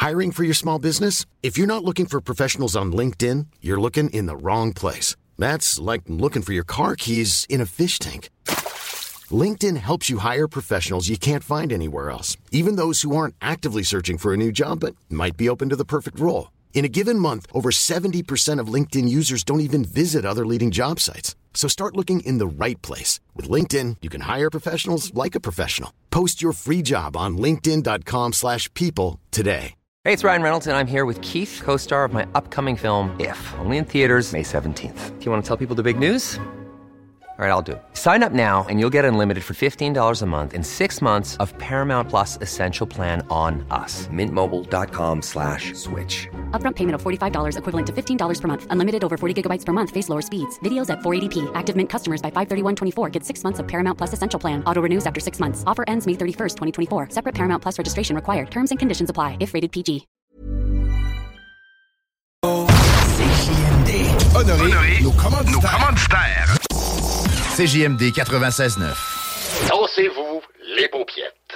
Hiring for your small business? If you're not looking for professionals on LinkedIn, you're looking in the wrong place. That's like looking for your car keys in a fish tank. LinkedIn helps you hire professionals you can't find anywhere else, even those who aren't actively searching for a new job but might be open to the perfect role. In a given month, over 70% of LinkedIn users don't even visit other leading job sites. So start looking in the right place. With LinkedIn, you can hire professionals like a professional. Post your free job on linkedin.com/people today. Hey, it's Ryan Reynolds, and I'm here with Keith, co-star of my upcoming film, If, only in theaters May 17th. Do you want to tell people the big news? All right, I'll do it. Sign up now and you'll get unlimited for $15 a month and 6 months of Paramount Plus Essential Plan on us. MintMobile.com/switch. Upfront payment of $45 equivalent to $15 per month. Unlimited over 40 gigabytes per month. Face lower speeds. Videos at 480p. Active Mint customers by 531.24 get 6 months of Paramount Plus Essential Plan. Auto renews after 6 months. Offer ends May 31st, 2024. Separate Paramount Plus registration required. Terms and conditions apply if rated PG. CJMD. Honoré nos commanditaires. CJMD 96.9. Dansez-vous les paupiètes.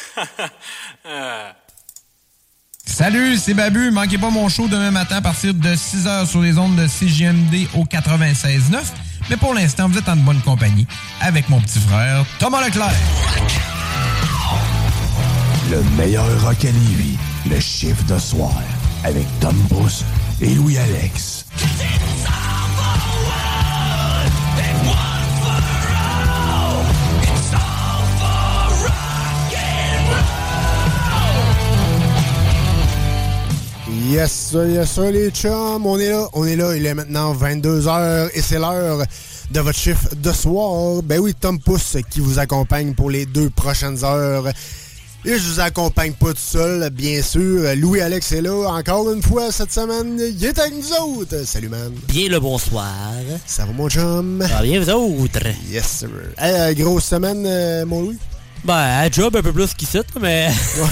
Salut, c'est Babu. Manquez pas mon show demain matin à partir de 6h sur les ondes de CJMD au 96.9. Mais pour l'instant, vous êtes en bonne compagnie avec mon petit frère Thomas Leclerc. Le meilleur rock à Lévis, le chiffre de soir, avec Tom Pousse et Louis-Alex. Yes, les chums, on est là, il est maintenant 22h et c'est l'heure de votre chiffre de soir. Ben oui, Tom Pousse qui vous accompagne pour les 2 prochaines heures. Et je vous accompagne pas tout seul, bien sûr. Louis-Alex est là encore une fois cette semaine. Il est avec nous autres. Salut, man. Bien le bonsoir. Ça va, mon chum? Ça va bien, vous autres? Yes, sir. Hey, grosse semaine, mon Louis? Ben, à job un peu plus qu'ici, mais...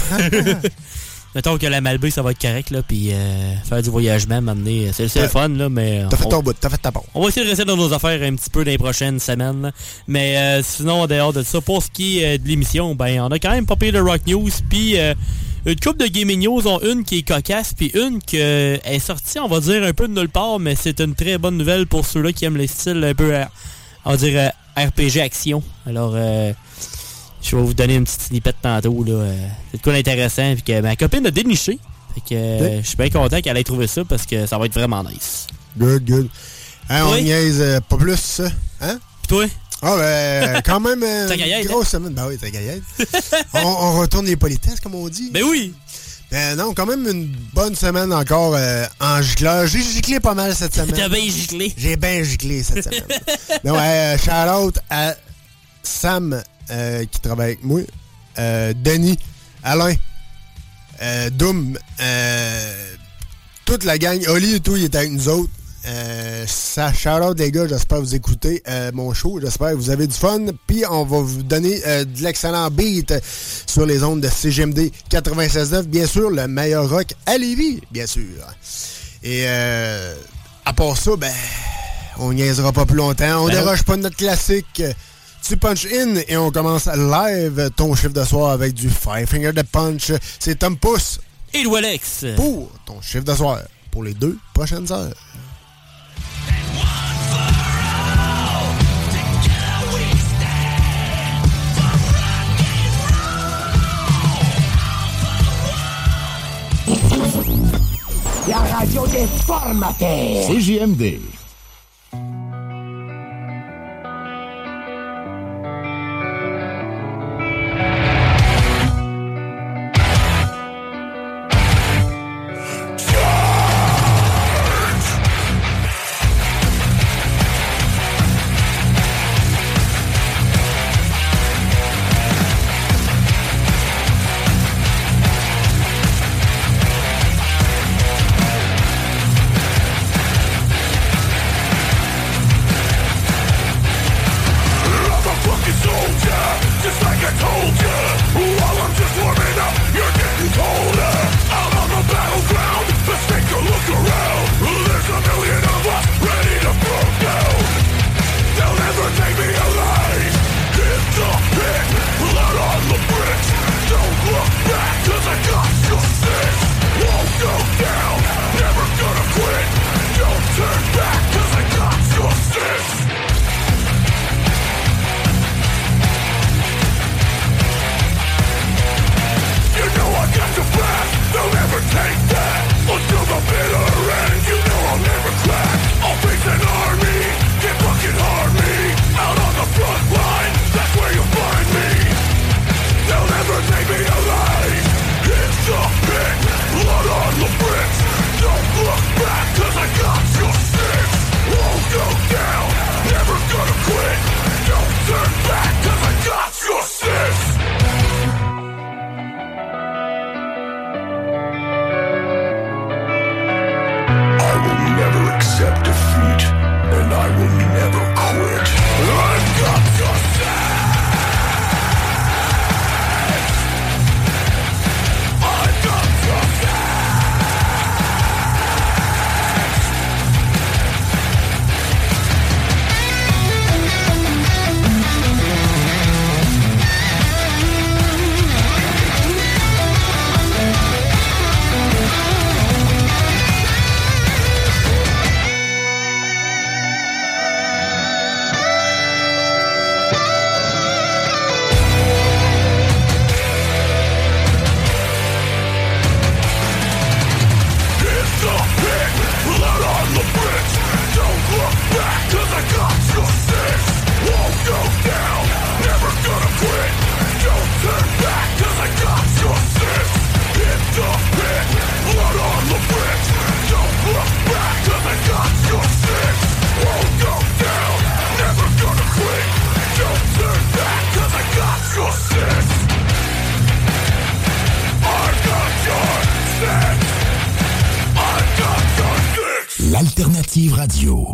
Mettons que la Malbaie, ça va être correct, là, puis faire du voyagement, m'amener, c'est le fun, là, mais... T'as fait ton bout, t'as fait ta part. On va essayer de rester dans nos affaires un petit peu dans les prochaines semaines, là. Mais sinon, en dehors de ça, pour ce qui est de l'émission, ben, on a quand même pas payé de Rock News, puis une couple de Gaming News, ont une qui est cocasse, puis une qui est sortie, on va dire, un peu de nulle part, mais c'est une très bonne nouvelle pour ceux-là qui aiment les styles un peu, on va dire, RPG action. Alors... je vais vous donner une petite snippet tantôt, là. C'est de quoi d'intéressant. Puis que ma copine a déniché. Fait que je suis bien content qu'elle ait trouvé ça parce que ça va être vraiment nice. Good. Hein, on niaise pas plus, ça. Hein? Pis toi? Ah, ben, quand même, une grosse semaine. Ben oui, t'as gaillette. on retourne les politesses, comme on dit. Ben oui! Ben non, quand même une bonne semaine encore en gicleur. J'ai giclé pas mal cette semaine. T'as bien giclé? J'ai bien giclé cette semaine. Donc, shout-out à Sam... qui travaille avec moi, Denis, Alain, Doom, toute la gang, Oli et tout, il est avec nous autres. Ça, shout-out les gars, j'espère vous écouter mon show, j'espère que vous avez du fun, puis on va vous donner de l'excellent beat sur les ondes de CJMD 96.9, bien sûr, le meilleur rock à Lévis, bien sûr. Et à part ça, ben, on niaisera pas plus longtemps, on déroge pas notre classique. Tu punch in et on commence live ton chiffre de soir avec du Five Finger de Punch. C'est Tom Pousse et Louis-Alex pour ton chiffre de soir pour les 2 prochaines heures. La radio des formateurs. CJMD. L'Alternative Radio.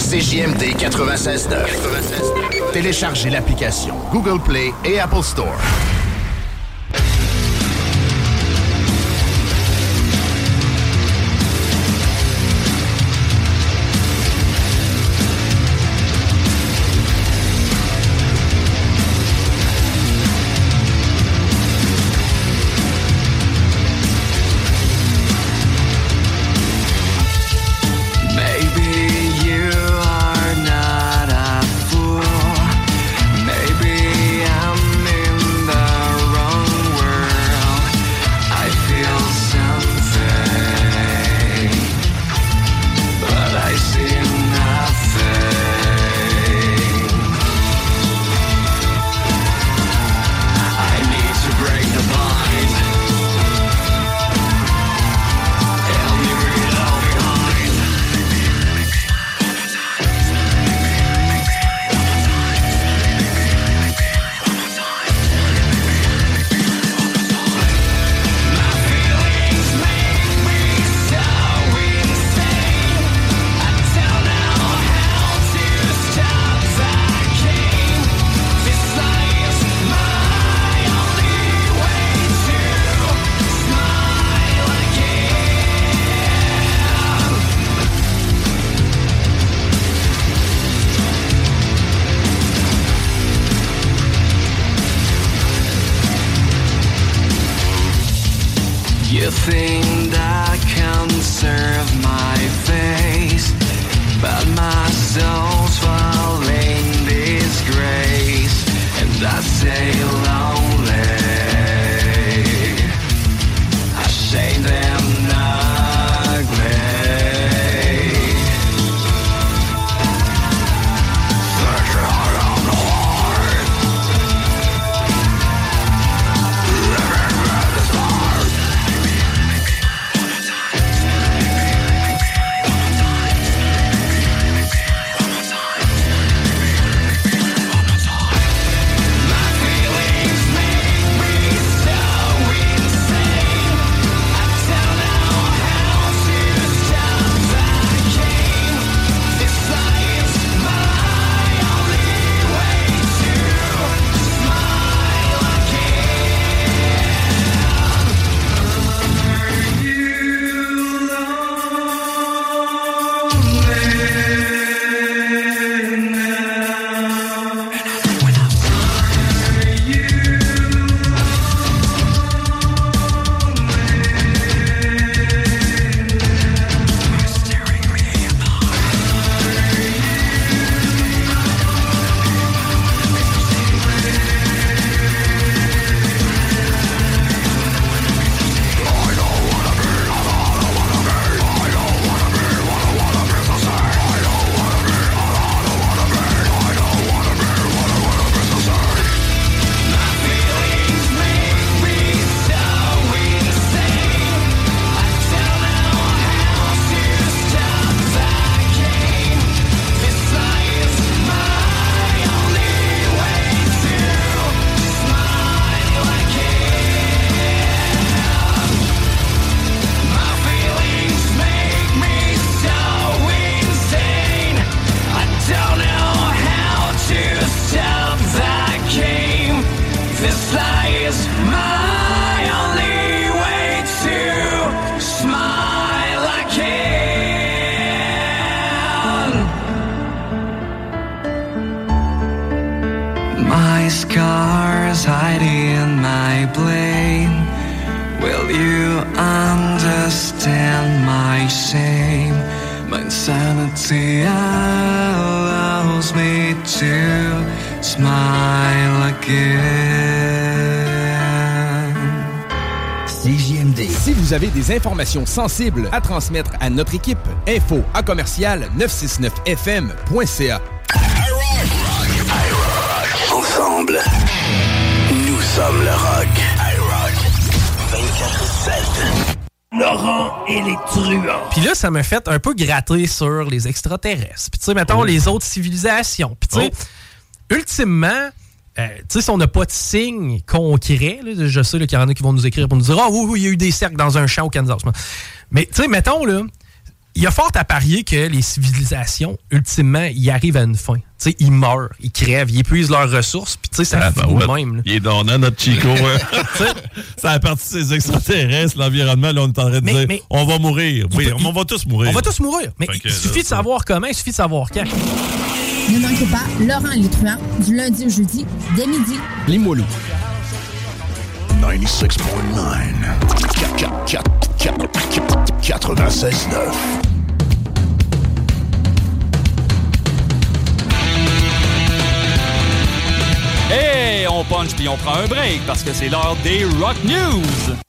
CJMD 96.9. Téléchargez l'application Google Play et Apple Store. You think I can serve my face, but my soul's falling disgrace, and I stay lonely. I shame them ugly. Search out of the heart, living with this heart. My scars hide in my blame. Will you understand my shame? My insanity allows me to smile again. CJMD. Si vous avez des informations sensibles à transmettre à notre équipe, info@969fm.ca. Ensemble, nous sommes le rock. iRock 24/7. Laurent et les truands. Puis là, ça m'a fait un peu gratter sur les extraterrestres. Puis tu sais, mettons, les autres civilisations. Puis tu sais, ultimement, tu sais, si on n'a pas de signe concret, là, je sais qu'il y en a qui vont nous écrire pour nous dire « Ah oui, il y a eu des cercles dans un champ au Kansas. » Mais tu sais, mettons, là, il y a fort à parier que les civilisations, ultimement, ils arrivent à une fin. Tu sais, ils meurent, ils crèvent, ils épuisent leurs ressources, puis tu sais, ça finit de même. Là. Il est donnant, notre Chico. Ça a parti de ces extraterrestres, l'environnement, là, on est en train de dire, on va mourir. Oui, on va tous mourir. On va tous mourir, mais il suffit de savoir comment, il suffit de savoir quand. Ne manquez pas Laurent et les truands, du lundi au jeudi, dès midi. Limoilou. 96.9. 96.9. Hey, on punch puis on prend un break parce que c'est l'heure des Rock News.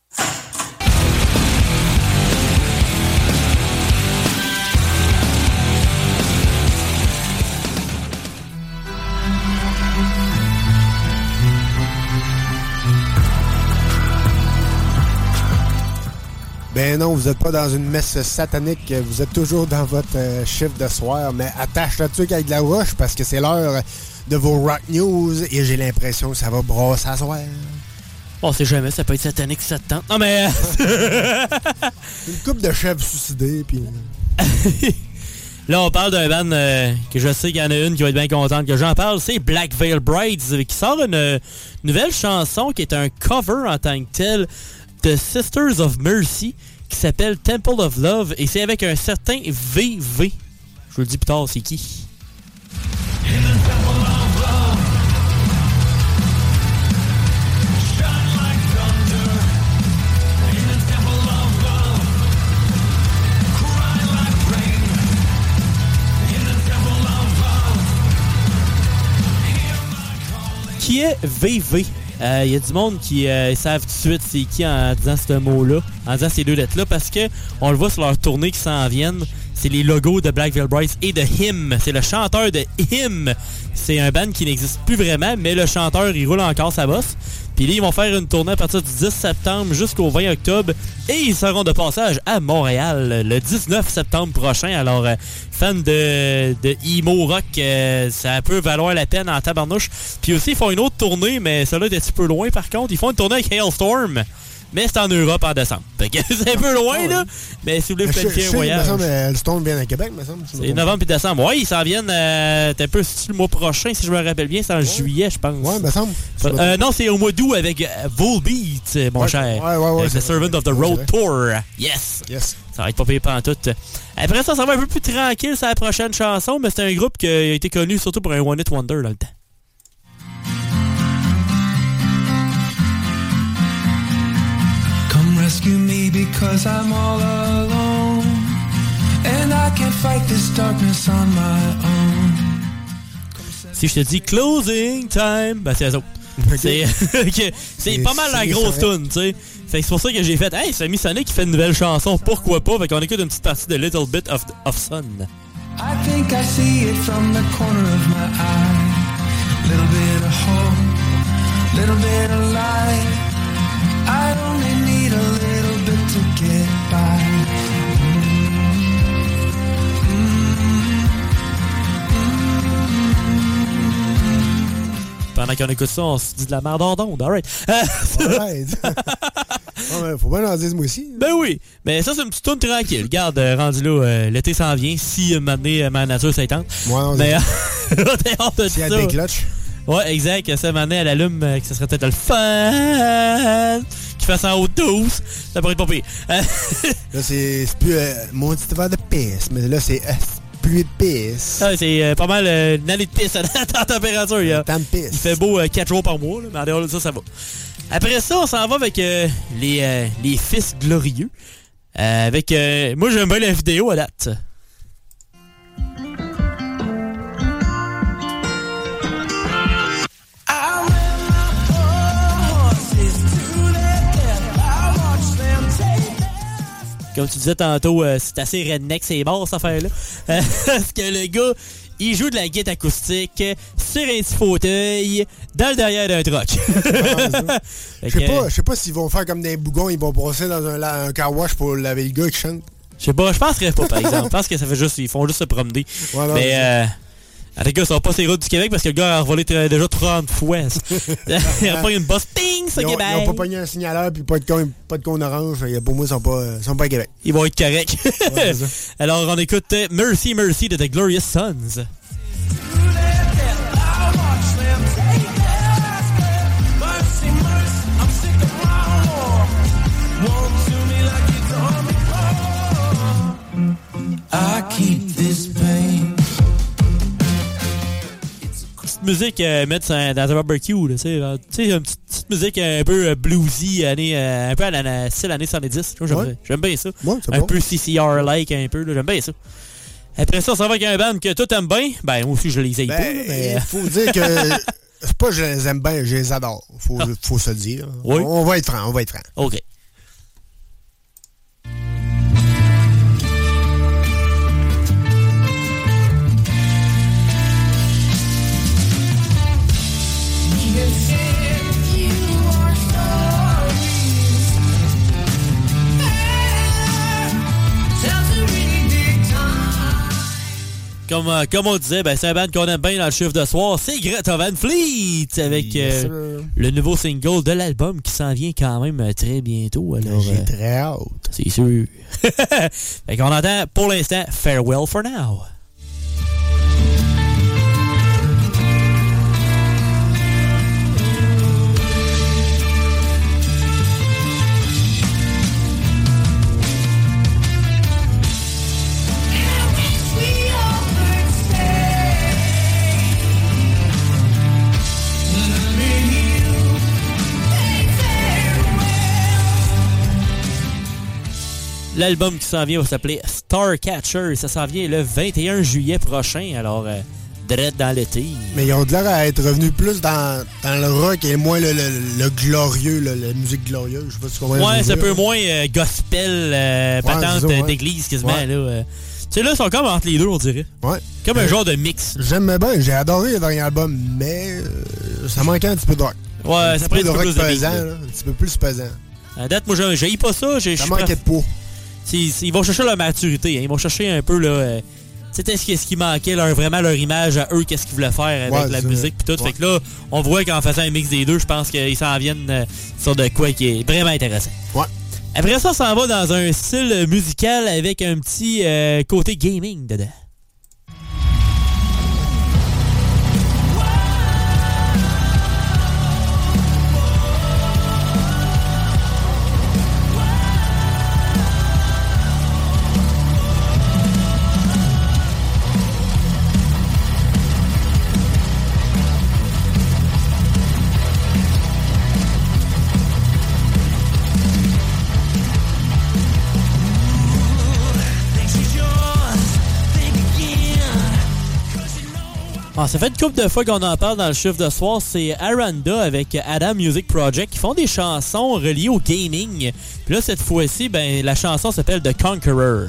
Ben non, vous n'êtes pas dans une messe satanique, vous êtes toujours dans votre chiffre de soir, mais attache-toi avec de la roche parce que c'est l'heure de vos Rock News et j'ai l'impression que ça va brasser à soir. On sait jamais, ça peut être satanique si ça te tente. Non mais... Une couple de chefs suicidés, puis... Là, on parle d'un band que je sais qu'il y en a une qui va être bien contente que j'en parle. C'est Black Veil Brides qui sort une nouvelle chanson qui est un cover en tant que tel de Sisters of Mercy qui s'appelle Temple of Love et c'est avec un certain VV. Je vous le dis plus tard, c'est qui? Qui est VV? Il y a du monde qui savent tout de suite c'est qui en disant ce mot-là, en disant ces deux lettres-là, parce que on le voit sur leur tournée qui s'en viennent. C'est les logos de Black Veil Brides et de Him. C'est le chanteur de Him. C'est un band qui n'existe plus vraiment, mais le chanteur, il roule encore sa bosse. Puis là, ils vont faire une tournée à partir du 10 septembre jusqu'au 20 octobre. Et ils seront de passage à Montréal le 19 septembre prochain. Alors, fans de emo rock, ça peut valoir la peine en tabarnouche. Puis aussi, ils font une autre tournée, mais celle-là est un petit peu loin par contre. Ils font une tournée avec Hailstorm. Mais c'est en Europe en décembre. Fait que c'est un peu loin, là. Mais si vous voulez planifier un voyage. Il me semble que Hailstorm vient à Québec, me semble. C'est novembre et décembre. Oui, ils s'en viennent un peu le mois prochain, si je me rappelle bien. C'est en juillet, je pense. Ouais, me semble. Non, c'est au mois d'août avec Volbeat, mon cher. Ouais. Avec The Servant of the Road Tour. Yes. Ça va être pas payé pantoute. Après ça va un peu plus tranquille, c'est la prochaine chanson, mais c'est un groupe qui a été connu surtout pour un One Hit Wonder dans le temps. Rescue me because I'm all alone and I can't fight this darkness on my own. Si je te dis Closing Time, ben c'est ça. Okay. C'est pas mal la grosse tune, tu sais. Fait que c'est pour ça que j'ai fait hey, Sammy Sonic qui fait une nouvelle chanson, pourquoi pas? Fait qu'on écoute une petite partie de Little Bit of Sun. I think I see it from the corner of my eye. Little bit of hope, little bit of light. I only need a little bit to get by. Pendant qu'on écoute ça, on se dit de la merde hors d'onde. Alright. Faut bien en dire moi aussi. Ben oui. Mais ça, c'est une petite tourne tranquille. Regarde, rendu là, l'été s'en vient. Si ma nature s'étend. Mais t'es hâte de ça. Des clutches. Ouais, exact. Ça, maintenant, elle allume que ça serait peut-être le fun qui fasse en haut de 12. Ça pourrait être pas pire. Là, c'est plus mon petit verre de pisse, mais là, c'est pluie de pisse. Ah, c'est pas mal une année de pisse à la température. Il fait beau 4 jours par mois, là, mais en dehors de ça, ça va. Après ça, on s'en va avec les Fils Glorieux. Avec moi, j'aime bien la vidéo à date. Comme tu disais tantôt, c'est assez redneck, c'est barre cette affaire-là. Parce que le gars, il joue de la guitare acoustique sur un petit fauteuil dans le derrière d'un truck. Je sais pas s'ils vont faire comme des bougons, ils vont passer dans un car wash pour laver le gars qui chante. Je sais pas, je penserais pas, par exemple. Je pense que ça fait juste, ils font juste se promener. Ouais, non, mais En tout cas, ça va pas sur les routes du Québec parce que le gars a revolé déjà 30 fois. Il a pas une bosse, ping, ça, Québec. Ils n'ont pas pogné un signaleur puis pas de cône orange. Pour moi, ils sont pas à Québec. Ils vont être corrects. Ouais, alors, on écoute Mercy Mercy de The Glorious Sons. I keep this pain. Petite musique mettre dans un barbecue, tu sais, une petite musique un peu bluesy, un peu à la style années 70. J'aime bien ça. Ouais, un peu CCR-like, un peu, j'aime bien ça. Après ça, on s'en va avec un band que toi t'aimes bien. Ben, moi aussi, je les aime pas. Mais faut dire que c'est pas que je les aime bien, je les adore. Faut se le dire. Oui. On va être franc, OK. Comme on disait, ben, c'est un band qu'on aime bien dans le chiffre de soir. C'est Greta Van Fleet avec le nouveau single de l'album qui s'en vient quand même très bientôt. Alors, j'ai très hâte. C'est sûr. Fait qu'on entend pour l'instant Farewell for Now. L'album qui s'en vient va s'appeler Starcatcher. Ça s'en vient le 21 juillet prochain. Alors, direct dans l'été. Mais ils ont de l'air à être revenus plus dans le rock et moins le glorieux, la musique glorieuse. Je sais pas si tu comprends. Ouais, c'est un peu moins gospel, patente d'église quasiment. Ouais. Là, tu sais, là, ils sont comme entre les deux, on dirait. Ouais. Comme un genre de mix. J'aimais bien, j'ai adoré le dernier album, mais ça manquait un petit peu de rock. Ouais, ça prend un petit peu plus de pesant, un petit peu plus pesant. À date, moi, j'ai pas ça. Ça manquait de poids. Ils vont chercher leur maturité. Hein. Ils vont chercher un peu là, c'était ce qui manquait, vraiment leur image à eux, qu'est-ce qu'ils voulaient faire avec la musique et tout. Ouais. Fait que là, on voit qu'en faisant un mix des deux, je pense qu'ils s'en viennent sur de quoi qui est vraiment intéressant. Ouais. Après ça, on s'en va dans un style musical avec un petit côté gaming dedans. Ah, ça fait une couple de fois qu'on en parle dans le chiffre de soir. C'est Aranda avec Adam Music Project qui font des chansons reliées au gaming. Puis là, cette fois-ci, ben, la chanson s'appelle The Conqueror.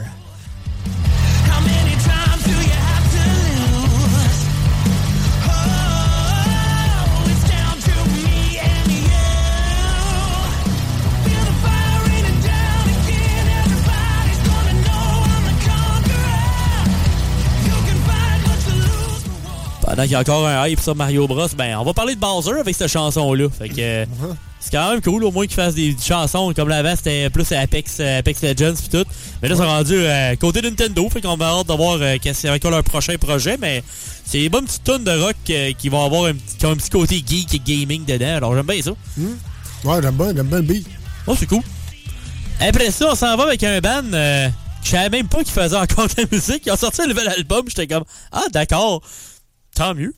Pendant qu'il y a encore un hype sur Mario Bros, ben on va parler de Bowser avec cette chanson-là. Fait que c'est quand même cool au moins qu'ils fassent des chansons comme l'avant, c'était plus Apex Legends pis tout. Mais là, c'est rendu côté Nintendo, fait qu'on va hâte de voir avec quoi leur prochain projet. Mais c'est des bonnes petites tunes de rock qui vont avoir qui ont un petit côté geek et gaming dedans. Alors j'aime bien ça. Ouais, j'aime bien le beat. Oh, c'est cool. Après ça, on s'en va avec un band. Je savais même pas qu'ils faisaient encore de la musique. Ils ont sorti un nouvel album. J'étais comme, ah, d'accord. Tant mieux.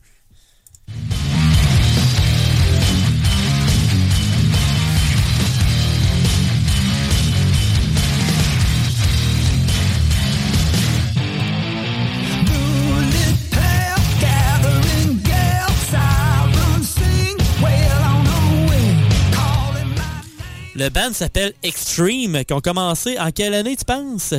Le band s'appelle Extreme, qui ont commencé en quelle année, tu penses?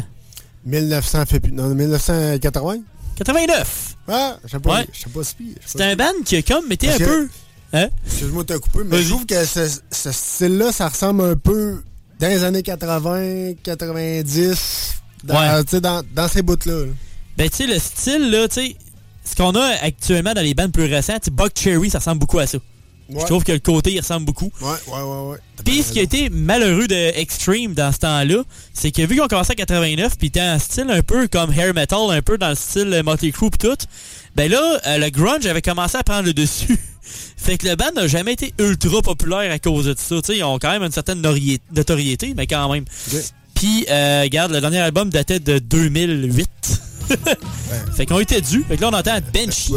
1980? 89! Ah, je sais pas, ouais. Je sais pas si pire. C'est un band qui a comme été un peu... Hein? Excuse-moi de te couper, mais je trouve que ce style-là, ça ressemble un peu dans les années 80, 90, dans ces bouts-là. Ben, tu sais, le style, là, tu sais, ce qu'on a actuellement dans les bands plus récents, Buck Cherry, ça ressemble beaucoup à ça. Ouais. Je trouve que le côté, il ressemble beaucoup. Ouais. Puis ce qui a été malheureux de Extreme dans ce temps-là, c'est que vu qu'ils ont commencé en 89, puis ils étaient en style un peu comme hair metal, un peu dans le style Motley Crue pis tout, ben là, le grunge avait commencé à prendre le dessus. Fait que le band n'a jamais été ultra populaire à cause de ça. T'sais, ils ont quand même une certaine notoriété, mais quand même. Okay. Puis, regarde, le dernier album datait de 2008. Fait qu'on était dû. Fait que là, on entend Banshee.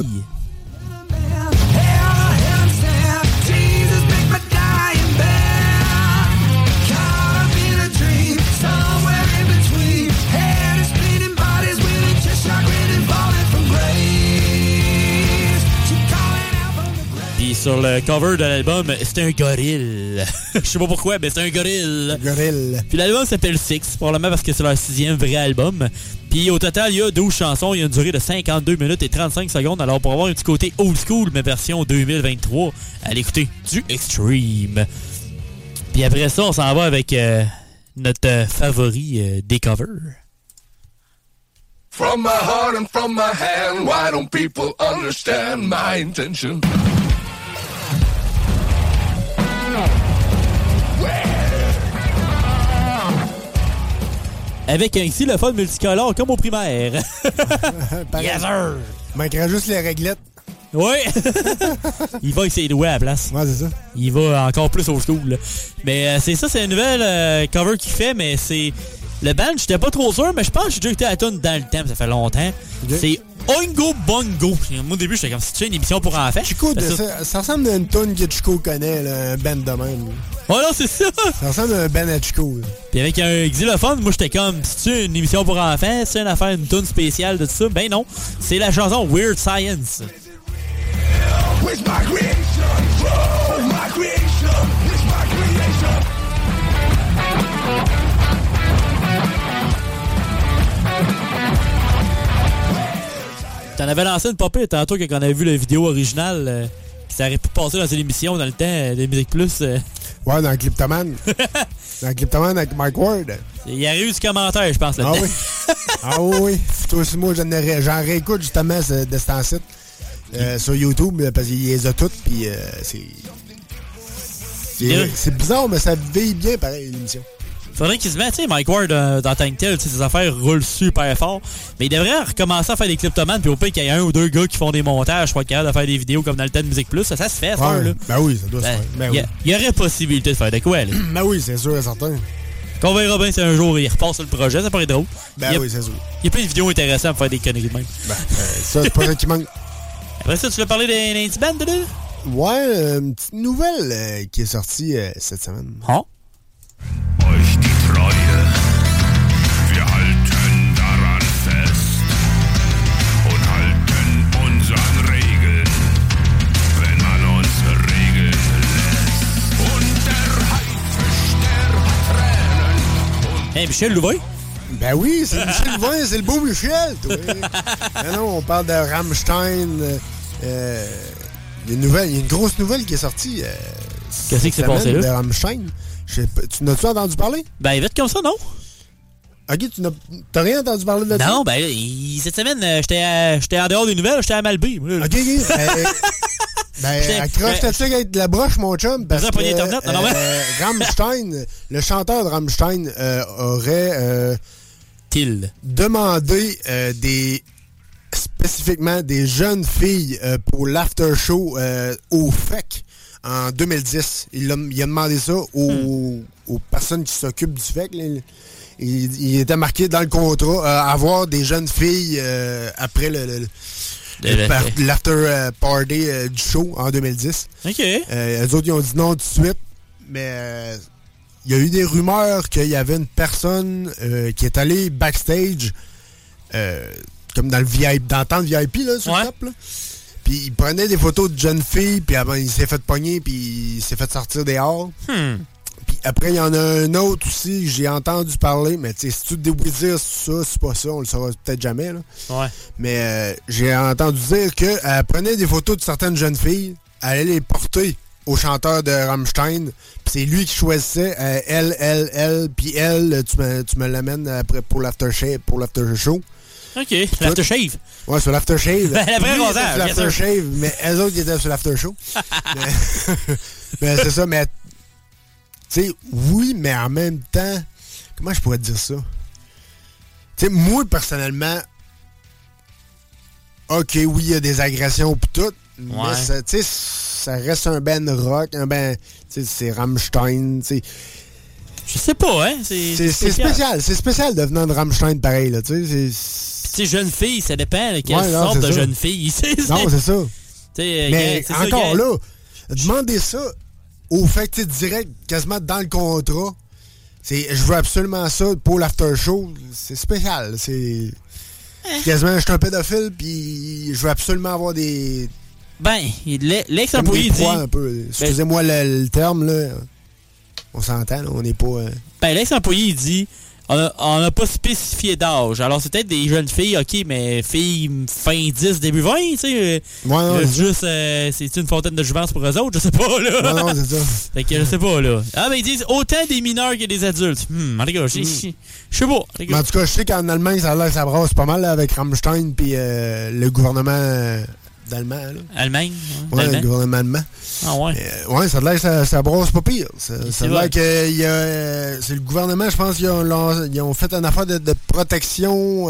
Sur le cover de l'album, c'est un gorille. Je sais pas pourquoi, mais c'est un gorille. Puis l'album s'appelle Six, probablement parce que c'est leur 6e vrai album. Puis au total, il y a 12 chansons, il y a une durée de 52 minutes et 35 secondes. Alors pour avoir un petit côté old school, mais version 2023, allez écouter du Extreme. Puis après ça, on s'en va avec notre favori des covers. From my heart and from my hand, why don't people understand my intention? Avec un xylophone multicolore comme au primaire. Yes, sir! Il manquerait juste les réglettes. Ouais! Il va avec ses doigts à la place. Ouais, c'est ça. Il va encore plus au school. Là. Mais c'est ça, c'est une nouvelle cover qu'il fait, mais c'est... Le band, j'étais pas trop sûr, mais je pense que j'ai déjà écouté la tune dans le temps, ça fait longtemps. Okay. C'est Oingo Bongo. Moi, au début, j'étais comme si tu fais une émission pour enfants. Chico, ça ressemble à une tune que Chico connaît, là, un band de même. Oh non, c'est ça! Ça ressemble à un band à Chico. Là. Puis avec un xylophone, moi, j'étais comme, si tu une émission pour enfants, c'est une affaire, une tune spéciale de tout ça. Ben non, c'est la chanson Weird Science. Where's my creation? Oh, my creation! Where's my creation? T'en avais lancé une popée tantôt quand on avait vu la vidéo originale qui s'aurait pu passer dans une émission dans le temps de Musique Plus. Ouais, dans Cliptoman. Dans Cliptoman avec Mike Ward. Il y a eu du commentaire, je pense, là-dedans. Ah oui. Toi aussi, moi, j'en réécoute justement de cet site sur YouTube parce qu'il les a toutes. Puis c'est bizarre, mais ça vieillit bien pareil, l'émission. Faudrait qu'il se mette, tu sais, Mike Ward dans Tank Tell, ses affaires roulent super fort. Mais il devrait recommencer à faire des Cliptoman, puis au pire qu'il y ait un ou deux gars qui font des montages, je crois qu'il y a de faire des vidéos comme dans le temps de Musique Plus. Ça se fait, ça, là. Ben oui, ça doit se faire. Ben oui. Il y aurait possibilité de faire de quoi, là. Ben oui, c'est sûr et certain. Qu'on verra bien si un jour il repasse sur le projet, ça paraît drôle. Ben oui, c'est sûr. Il y a plein de vidéos intéressantes pour faire des conneries de même. Ben, ça, c'est pas ça qui manque. Après ça, tu veux parler d'un indie band, là? Ouais, une petite nouvelle qui est sortie cette semaine. Ah? Euch die Treue, wir halten daran fest und halten unseren Regeln, wenn man uns regeln lässt. Und der Haifisch der Tränen. Hey, Michel Louvain? Ben oui, c'est Michel Louvain, c'est le beau Michel, toi. Non, on parle de Rammstein. Il y a une grosse nouvelle qui est sortie. Qu'est-ce qui s'est passé là? De Rammstein. Tu n'as-tu entendu parler? Ben, vite comme ça, non? Ok, tu n'as rien entendu parler de ça? Non, ben, cette semaine, j'étais en dehors des nouvelles, j'étais à Malbé. Ok. Accroche-toi avec de la broche, mon chum. Parce que Internet, Rammstein, le chanteur de Rammstein aurait demandé spécifiquement des jeunes filles pour l'after show au FEC. En 2010, il a demandé ça aux personnes qui s'occupent du FEC. Il était marqué dans le contrat avoir des jeunes filles après l'after party du show en 2010. OK. Eux autres, ils ont dit non tout de suite. Mais il y a eu des rumeurs qu'il y avait une personne qui est allée backstage comme dans le VIP, dans le temps de VIP là, sur le top. Là. Puis il prenait des photos de jeunes filles, puis avant, il s'est fait pogner, puis il s'est fait sortir dehors. Puis après, il y en a un autre aussi que j'ai entendu parler, mais tu sais, si tu te débrouilles dire ça, c'est pas ça, on le saura peut-être jamais. Là. Ouais. Mais j'ai entendu dire qu'elle prenait des photos de certaines jeunes filles, elle allait les porter au chanteur de Rammstein, puis c'est lui qui choisissait elle, puis elle, tu me l'amènes après pour l'after show. OK. L'aftershave. Ouais, sur l'aftershave. La vraie rosage. Sur l'aftershave, mais eux autres, ils étaient sur l'aftershow. mais c'est ça, mais... Tu sais, oui, mais en même temps... Comment je pourrais te dire ça? Tu sais, moi, personnellement... OK, oui, il y a des agressions pis tout, mais tu sais, ça reste un band rock, tu sais, c'est Rammstein, tu sais. Je sais pas, hein? C'est spécial. C'est spécial de venir de Rammstein pareil, là, tu sais. Tu sais, jeune fille, ça dépend de quelle sorte de jeune fille. Non, c'est ça. Mais encore là, demandez ça au fait que tu direct, quasiment dans le contrat. Je veux absolument ça pour l'after show. C'est spécial. C'est quasiment, je suis un pédophile, puis je veux absolument avoir des... l'ex-employé dit... un peu. Excusez-moi le terme, là. On s'entend, là, on n'est pas... l'ex-employé, il dit... On n'a pas spécifié d'âge. Alors, c'est peut-être des jeunes filles, OK, mais filles fin 10, début 20, tu sais. Juste, c'est une fontaine de jouvence pour eux autres, je sais pas, là. Non, c'est ça. Fait que je sais pas, là. Ah, mais ils disent autant des mineurs que des adultes. En tout cas, je sais pas. Mais en tout cas, je sais qu'en Allemagne, ça brasse pas mal, là, avec Rammstein puis le gouvernement... d'Allemand, là. Allemagne? Ouais, le gouvernement allemand. Ah ouais? Ouais, ça a l'air que ça brosse pas pire. Ça a l'air que c'est le gouvernement, je pense qu'ils ont fait une affaire de protection.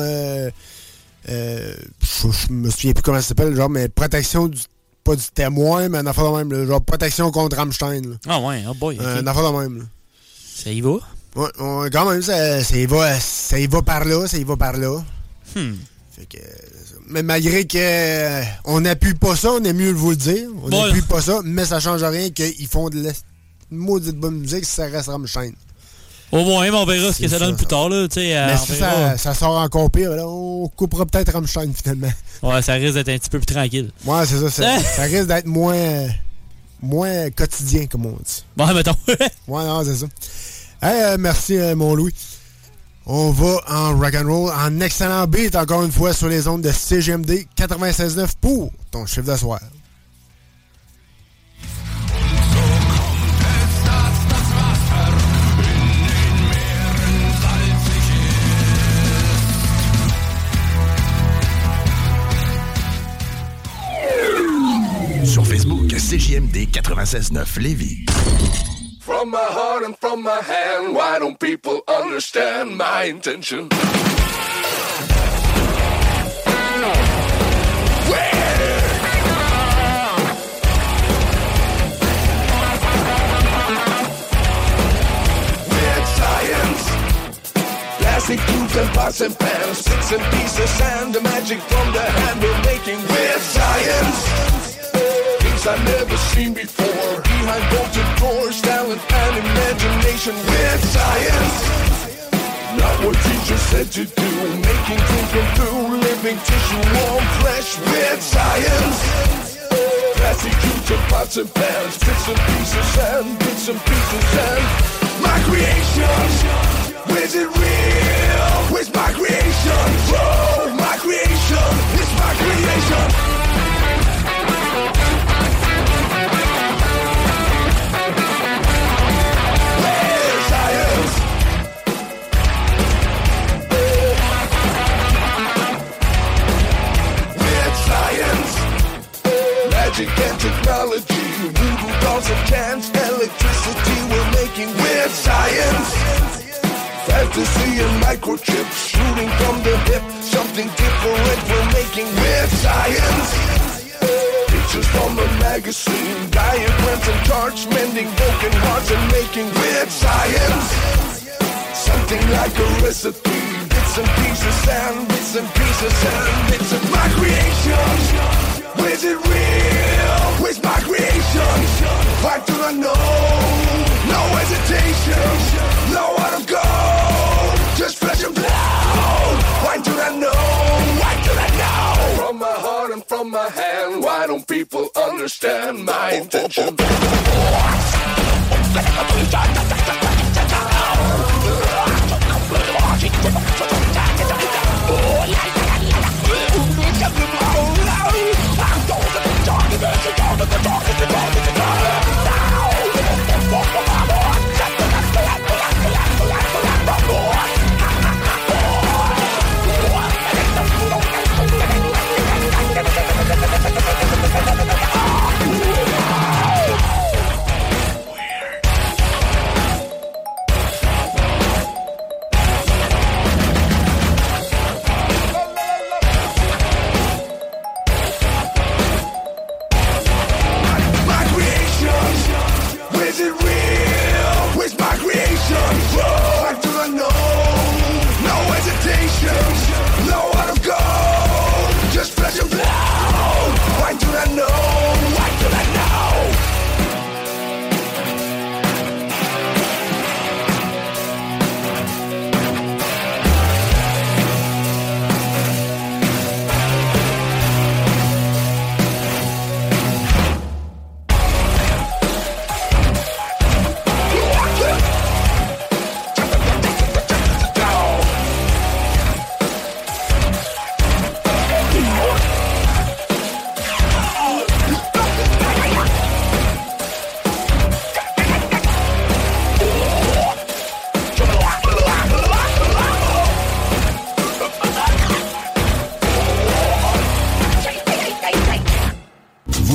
Je me souviens plus comment ça s'appelle, genre, mais protection pas du témoin, mais une affaire de même, là, genre protection contre Rammstein. Là. Ah ouais, oh boy. Okay. Une affaire de même. Là. Ça y va? Ouais, quand même, ça y va par là, Fait que... Mais malgré que on n'appuie pas ça, on est mieux de vous le dire. On n'appuie pas ça, mais ça change rien qu'ils font de la maudite bonne musique si ça reste Rammstein. Au moins, on verra ce que ça donne plus tard. Là, mais si ça sort encore pire, là, on coupera peut-être Rammstein finalement. Ouais, ça risque d'être un petit peu plus tranquille. Ouais, c'est ça. Ça risque d'être moins quotidien, comme on dit. Bon, mettons. Ouais, non, c'est ça. Hey, merci, mon Louis. On va en rock'n'roll, en excellent beat, encore une fois, sur les ondes de CGMD 96.9 pour ton chiffre de soir. Sur Facebook, CGMD 96.9 Lévis. From my heart and from my hand, why don't people understand my intention? With science, plastic tubes and pots and pans, sticks and pieces and the magic from the hand we're making. With science, I've never seen before. Behind bolted doors, talent and imagination. With science, not what teachers said to do. Making dreams come true, living tissue, warm flesh. With science, plastic cubes and pots and pans, bits and pieces and bits and pieces and my creation. Is it real? Where's my creation? Oh, my creation. It's my creation. Magic and technology, voodoo dolls and cans, electricity we're making with science. Fantasy and microchips, shooting from the hip, something different we're making with science. Pictures from a magazine, diagrams and charts, mending broken hearts and making with science. Something like a recipe, bits and pieces and bits and pieces and bits of my creation. Is it real? Where's my creation? Why do I know? No hesitation, nowhere to go. Just flesh and blood. Why do I know? Why do I know? From my heart and from my hand, why don't people understand my intention?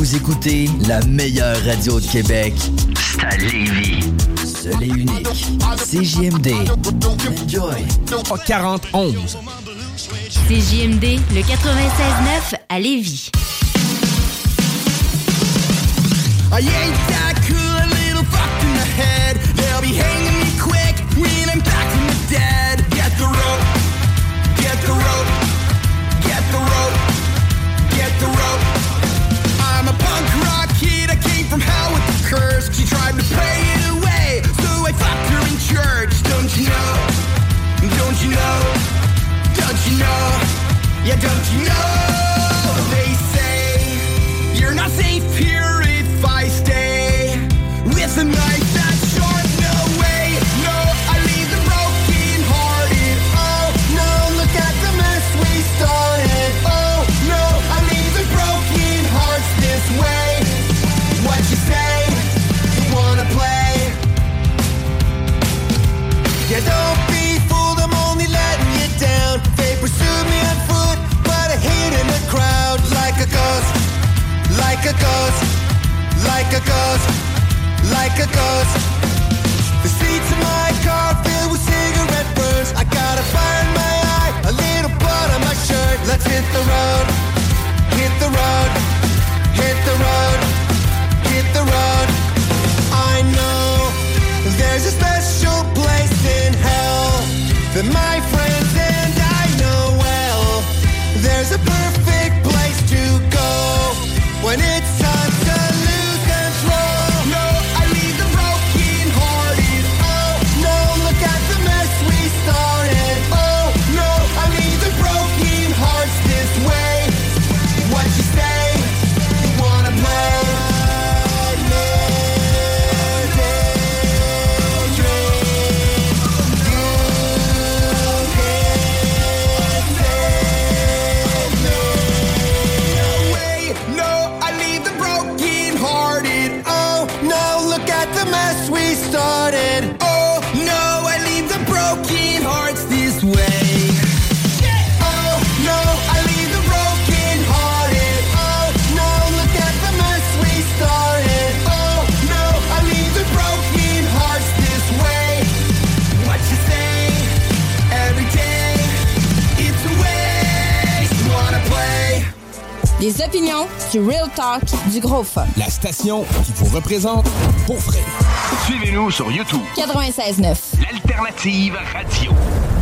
Vous écoutez la meilleure radio de Québec. C'est à Lévis. Seul et unique. CJMD. Enjoy. 4011. CJMD, le 96.9 à Lévis. I ain't that cool, a little fucked in the head. They'll be hanging me quick when I'm back from the dead. Get the rope, get the rope, get the rope, get the rope. I'm a punk rock kid, I came from hell with the curse. She tried to pray it away, so I fucked her in church. Don't you know, don't you know, don't you know, yeah, don't you know. They say you're not safe here if I stay with a knife that's sharp. No way, no, I leave them broken hearted. Oh no, look at the mess we started. Oh no, I leave them broken hearts this way. What you say, you wanna play? Yeah, don't be fooled, I'm only letting you down. They pursued me on foot, but I hid in the crowd like a ghost, like a ghost, like a ghost, like a ghost. The seats in my car filled with cigarette burns. I got a fire in my eye, a little blood on my shirt. Let's hit the road, hit the road, hit the road, hit the road. I know there's a special place in hell that my friends and I know well. There's a perfect place to go when it's time to lose control. No, I leave them broken hearted. Oh no, look at the mess we started. Oh no, I leave the broken hearts this way. What you say, you wanna play? We started. Oh no, I leave the broken hearts this way. Oh no, I leave the broken hearted. Oh no, look at the mess we started. Oh no, I leave the broken hearts this way. What you say every day, it's a waste. You wanna play? Les opinions, du real talk, du gros fun. La station qui vous représente pour vrai. Suivez-nous sur YouTube. 96.9. L'alternative radio.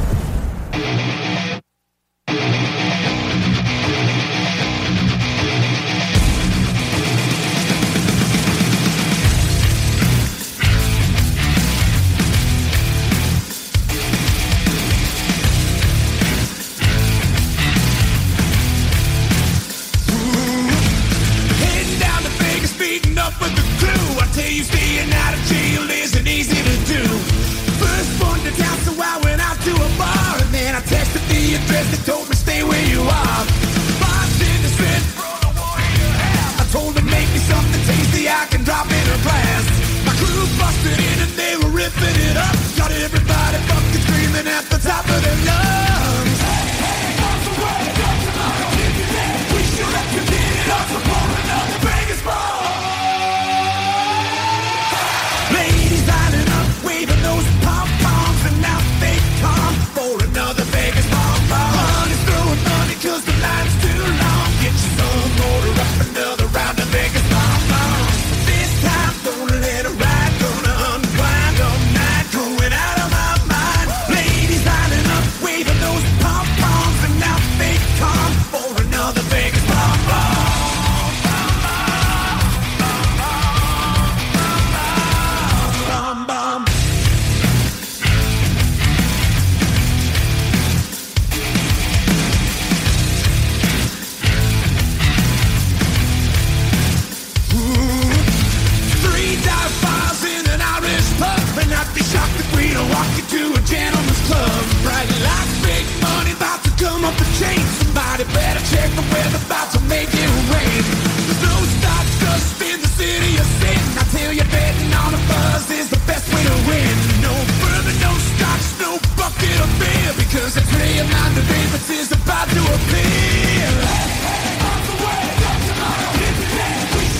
With the crew, I tell you, staying out of jail isn't easy to do. First one to town, so I went out to a bar, and then I texted the address that told me stay where you are. Bombs in the strip, brother, what do you have? I told them make me something tasty I can drop in a glass. My crew busted in and they were ripping it up. Got everybody fucking screaming at the top of their lungs. Hey, hey, off the way, don't you know? We should have committed us for another Vegas ball. Ladies lining up, waving those pom-poms, and now they come for another Vegas bomb. Honey's throwing money 'cause the line's too long. Get your son, order up another round of Vegas bomb. This time, don't let it ride, gonna unwind all night, going out of my mind. Ladies lining up, waving those pom-poms, and now they come for another Vegas bomb. Walk you to a gentleman's club, bright lights, big money about to come up the chain. Somebody better check the weather, about to make it rain. There's no stock just in the city of sin. I tell you, betting on a buzz is the best way to win. No bourbon, no scotch, no bucket of beer, because the train on the Davis is about to appear. Hey, hey, off the way, don't you know? We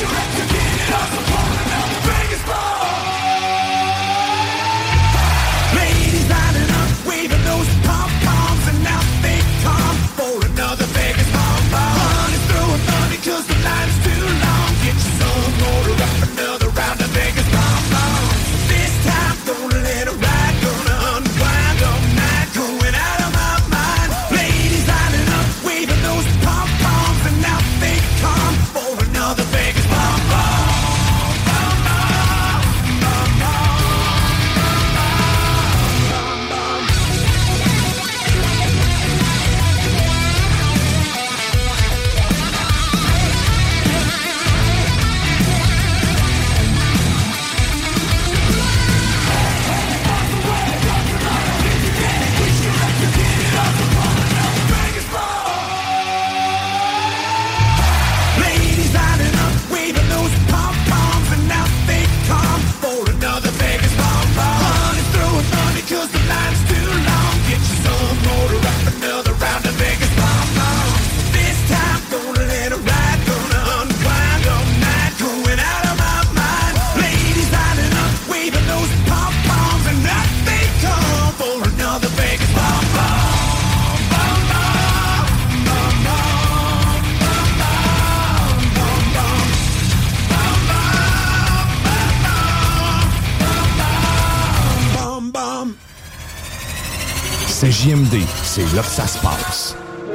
CJMD, c'est là que ça se passe.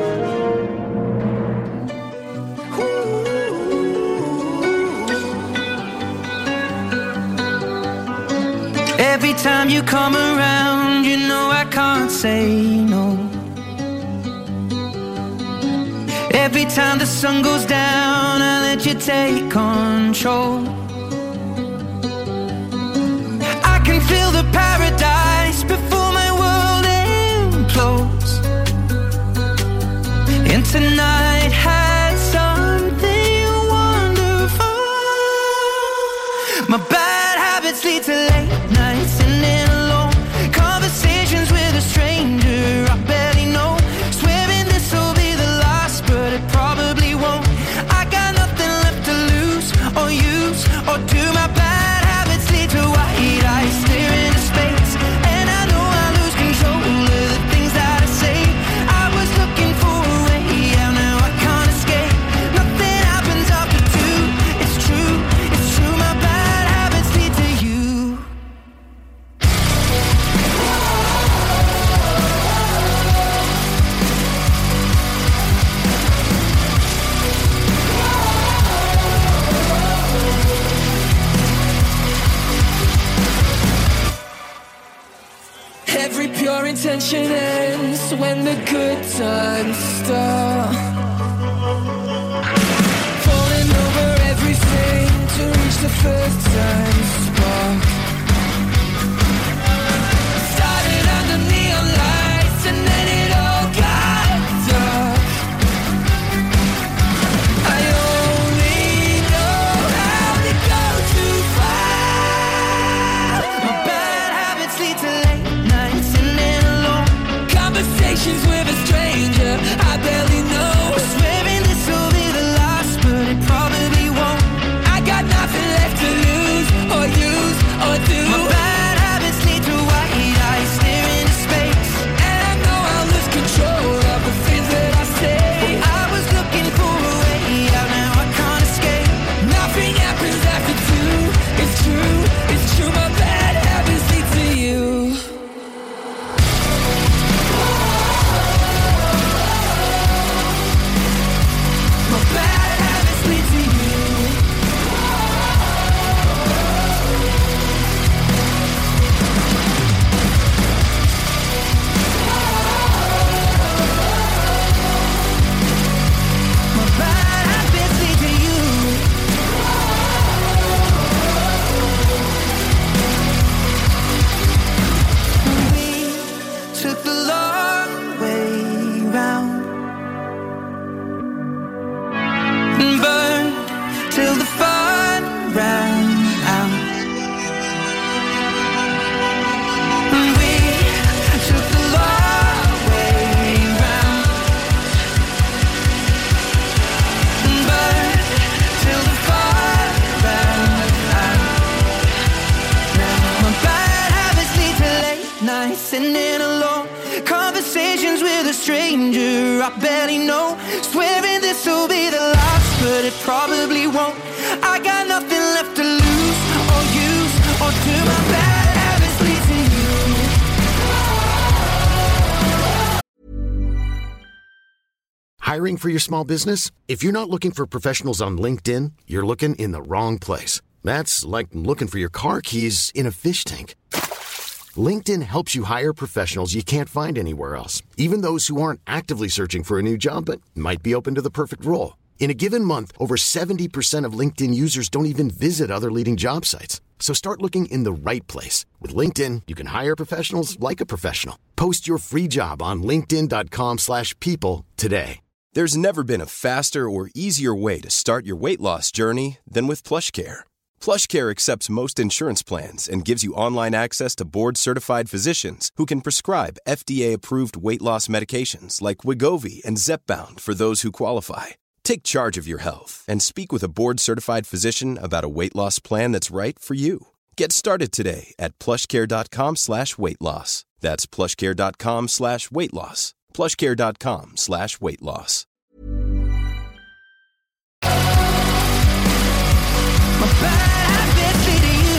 Every time you come around, you know I can't say no. Every time the sun goes down, I let you take control. I can feel the paradise before my world implodes. And tonight had something wonderful. My bad habits lead to late nights and in alone conversations with a stranger I barely know. Swearing this will be the last, but it probably won't. I got nothing left to lose or use or do. My bad habits lead to white eyes staring into space, and I know I lose control of the things that I say. I was looking for a way out, now I can't escape. Nothing happens after two. It's true, it's true. My bad habits lead to you. Every pure intention ends when the good times start. Falling over everything to reach the first time spark. Started under neon lights and then it all got dark. I only know how to go too far. My bad habits lead to late nights and then alone conversations with a stranger I barely know. Swearing this will be the last, but it probably won't. I got nothing left to lose or use or do. My bad habits lead to white eyes staring into space, and I know I'll lose control of the things that I say. I was looking for a way out, now I can't escape. Nothing happens after two. It's true, it's true. My bad habits lead to you. My bad habits lead to you. My bad habits lead to you. We took the long way round and burned till the fun ran out. And we took the long way round and burned till the fun ran out. My bad habits lead to late nights sitting in alone conversations with a stranger I barely know. Swearing this will be the last, but it probably won't. I got nothing left to lose or use or do. My bad habits lead to you. Hiring for your small business? If you're not looking for professionals on LinkedIn, you're looking in the wrong place. That's like looking for your car keys in a fish tank. LinkedIn helps you hire professionals you can't find anywhere else, even those who aren't actively searching for a new job but might be open to the perfect role. In a given month, over 70% of LinkedIn users don't even visit other leading job sites. So start looking in the right place. With LinkedIn, you can hire professionals like a professional. Post your free job on linkedin.com/people today. There's never been a faster or easier way to start your weight loss journey than with PlushCare. PlushCare accepts most insurance plans and gives you online access to board-certified physicians who can prescribe FDA-approved weight loss medications like Wegovy and Zepbound for those who qualify. Take charge of your health and speak with a board-certified physician about a weight loss plan that's right for you. Get started today at plushcare.com/weightloss. That's plushcare.com/weightloss. plushcare.com/weightloss. My bad habits lead to you.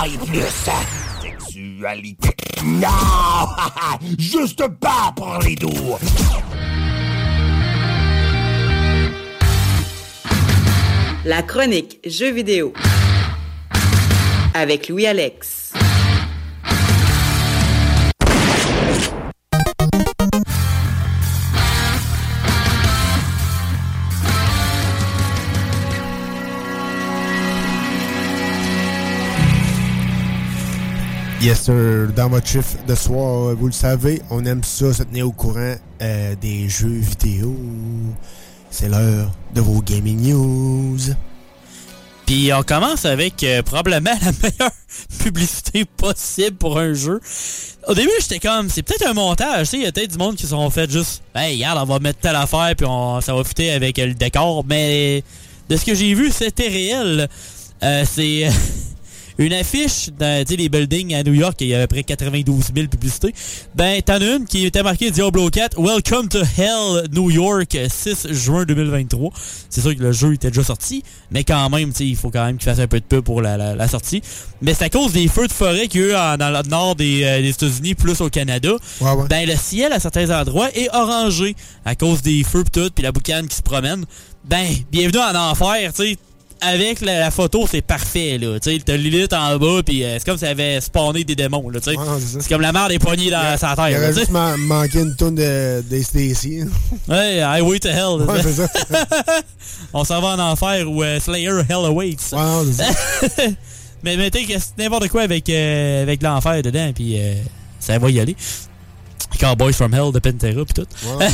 détaille plus sa sexualité. Non! Juste pas pour les doux! La chronique jeux vidéo avec Louis-Alex. Yes sir, dans votre chiffre de soir, vous le savez, on aime ça, se tenir au courant des jeux vidéo. C'est l'heure de vos gaming news. Puis on commence avec probablement la meilleure publicité possible pour un jeu. Au début, j'étais comme, c'est peut-être un montage, tu sais, il y a peut-être du monde qui se sont fait juste, hey, regarde, on va mettre telle affaire, puis ça va fitter avec le décor. Mais de ce que j'ai vu, c'était réel. C'est une affiche dans les buildings à New York, il y avait à peu près 92 000 publicités. Ben, t'en as une qui était marquée Diablo 4, Welcome to Hell, New York, 6 juin 2023. C'est sûr que le jeu était déjà sorti, mais quand même, il faut quand même qu'il fasse un peu de pub pour la sortie. Mais c'est à cause des feux de forêt qu'il y a eu dans le nord des États-Unis, plus au Canada. Ouais. Ben, le ciel, à certains endroits, est orangé à cause des feux pis tout, puis la boucane qui se promène. Ben, bienvenue en enfer, tu sais. Avec la photo, c'est parfait, là. Tu sais, t'as Lilith en bas, pis c'est comme si elle avait spawné des démons, là, tu sais. C'est comme la merde des poignées dans sa terre. Il aurait juste manqué une toune d'ACDC. Ouais, Highway to Hell. Ouais, c'est ça. On s'en va en enfer ou Slayer Hell Awaits. Ouais, c'est ça. mais mettez que c'est n'importe quoi avec l'enfer dedans, pis ça va y aller. Cowboys from Hell de Pantera pis tout. Ouais.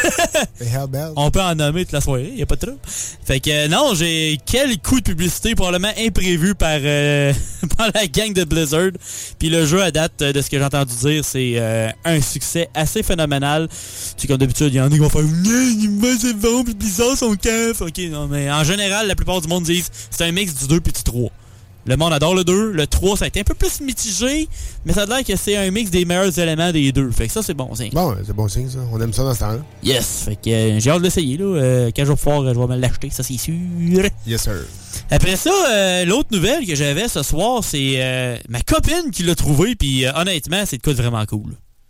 On peut en nommer toute la soirée, y a pas de trouble. Fait que non, j'ai quel coup de publicité probablement imprévu par la gang de Blizzard. Puis le jeu à date, de ce que j'ai entendu dire, c'est un succès assez phénoménal. C'est comme d'habitude, il y en a qui vont faire c'est bon, puis Blizzard sont caf. Ok, non, mais en général, la plupart du monde disent c'est un mix du 2 puis du 3. Le monde adore le 2. Le 3, ça a été un peu plus mitigé, mais ça a l'air que c'est un mix des meilleurs éléments des deux. Fait que ça, c'est bon signe. Bon, c'est bon signe, ça. On aime ça dans ce temps-là. Yes. Fait que j'ai hâte de l'essayer, là. Quand je vais pouvoir, je vais me l'acheter, ça, c'est sûr. Yes, sir. Après ça, l'autre nouvelle que j'avais ce soir, c'est ma copine qui l'a trouvé, puis honnêtement, c'est de quoi de vraiment cool.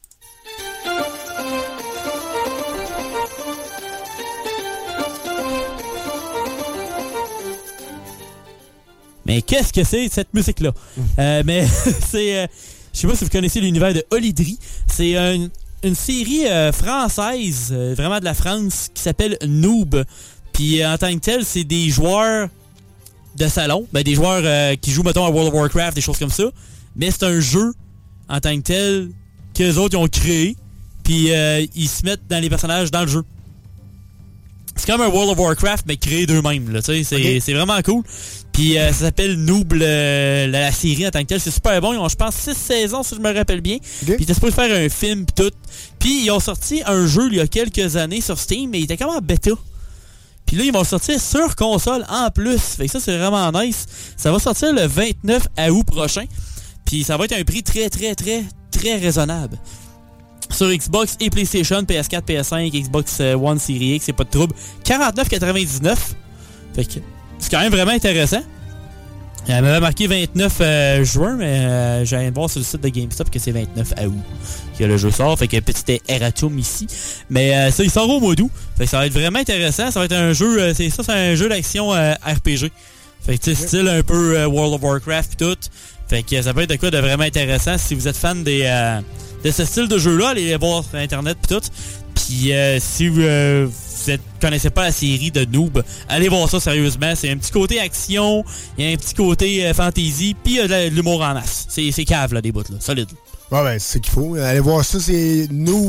Mais qu'est-ce que c'est cette musique-là? Mais c'est... je sais pas si vous connaissez l'univers de Olydri. C'est une série française, vraiment de la France, qui s'appelle Noob. Puis en tant que tel, c'est des joueurs de salon. Ben, des joueurs qui jouent, mettons, à World of Warcraft, des choses comme ça. Mais c'est un jeu, en tant que tel, qu'eux autres ils ont créé. Puis ils se mettent dans les personnages dans le jeu. C'est comme un World of Warcraft, mais créé d'eux-mêmes. Là, c'est vraiment cool. Puis ça s'appelle Noob, la série en tant que telle. C'est super bon. Ils ont, je pense, 6 saisons, si je me rappelle bien. Puis ils étaient supposés faire un film pis tout. Puis ils ont sorti un jeu il y a quelques années sur Steam, mais il était comme en bêta. Puis là, ils vont le sortir sur console en plus. Fait que ça, c'est vraiment nice. Ça va sortir le 29 août prochain. Puis ça va être un prix très, très, très, très raisonnable. Sur Xbox et PlayStation, PS4, PS5, Xbox One Series X, c'est pas de trouble. 49,99. Fait que c'est quand même vraiment intéressant. Elle m'avait marqué 29 juin, mais j'allais voir sur le site de GameStop que c'est 29 août que le jeu sort. Fait qu'il y a un petit erratum ici. Mais ça, il sort au mois d'août. Fait que ça va être vraiment intéressant. Ça va être un jeu, c'est un jeu d'action RPG. Fait que style un peu World of Warcraft et tout. Fait que ça peut être de quoi de vraiment intéressant. Si vous êtes fan de ce style de jeu-là, allez les voir sur Internet et tout. Puis si vous connaissez pas la série de Noob, allez voir ça sérieusement. C'est un petit côté action, il y a un petit côté fantasy, puis il y a de l'humour en masse. C'est cave, là, des bouts, là. Solide. Ouais, ben, c'est ce qu'il faut. Allez voir ça, c'est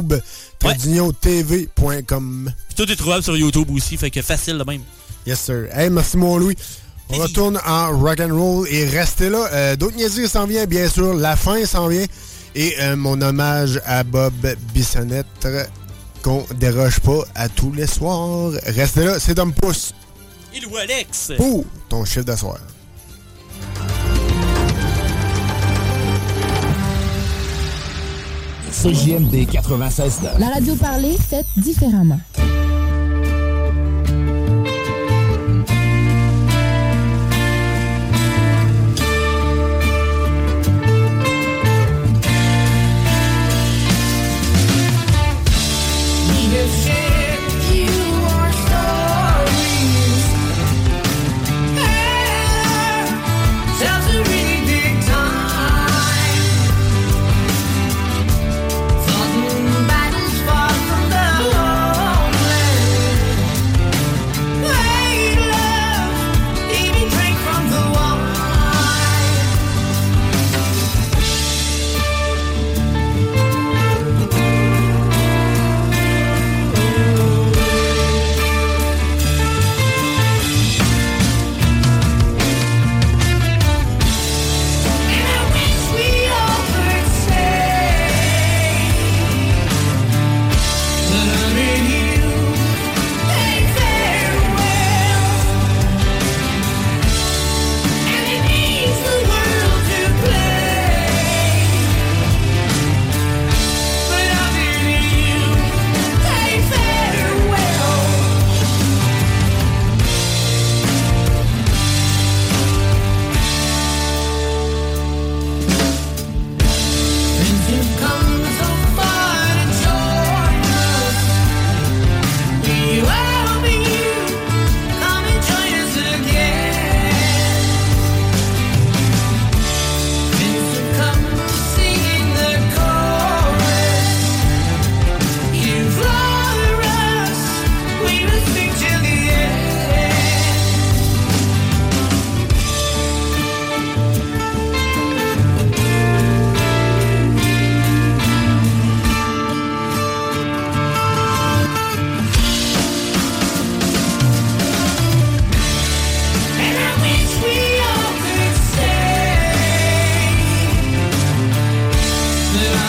noob-tv.com. Puis tout est trouvable sur YouTube aussi, fait que facile, de même. Yes, sir. Hey, merci, mon Louis. On retourne en rock'n'roll et restez là. D'autres niaiseries s'en viennent, bien sûr. La fin s'en vient. Et mon hommage à Bob Bissonnette qu'on déroge pas à tous les soirs. Restez là, c'est Dom Pouce. Et Louis-Alex. Pour ton chiffre de soir. CJMD 96.9. La radio parlée, faite différemment.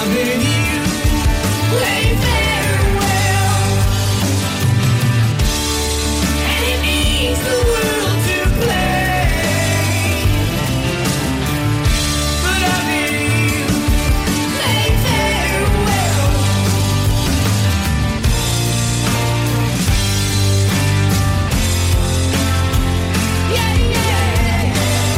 bid you play farewell. And it means the world to play. But I bid you play farewell. Yeah, yeah.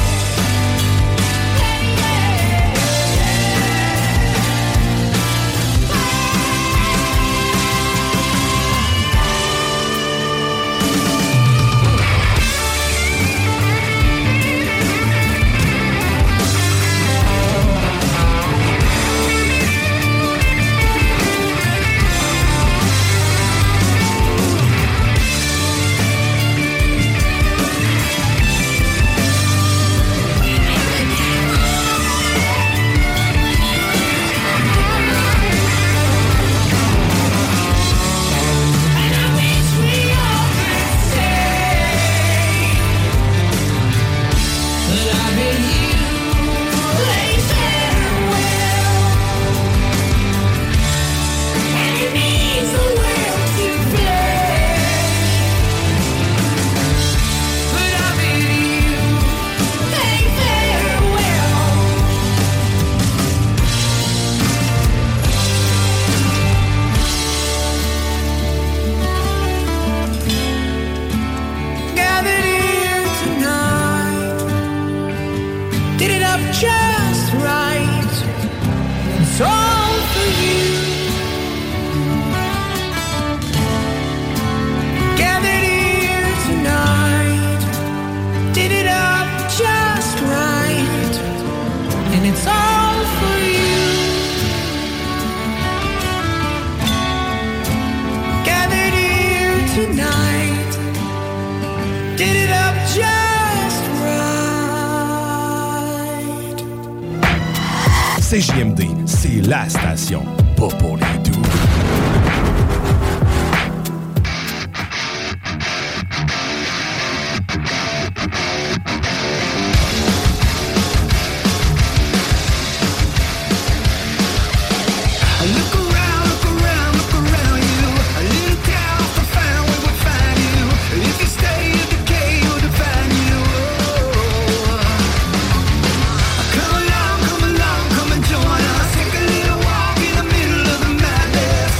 Gathered here tonight, did it up just right. It's all for you. Gathered here tonight, did it up just right. And it's all for you. Gathered here tonight, did it up just right. CJMD, c'est la station, pas pour les doux. Look around you. A little town for found we would find you. If you stay in decay, you'll define you. Come along, come and join us. Take a little walk in the middle of the madness.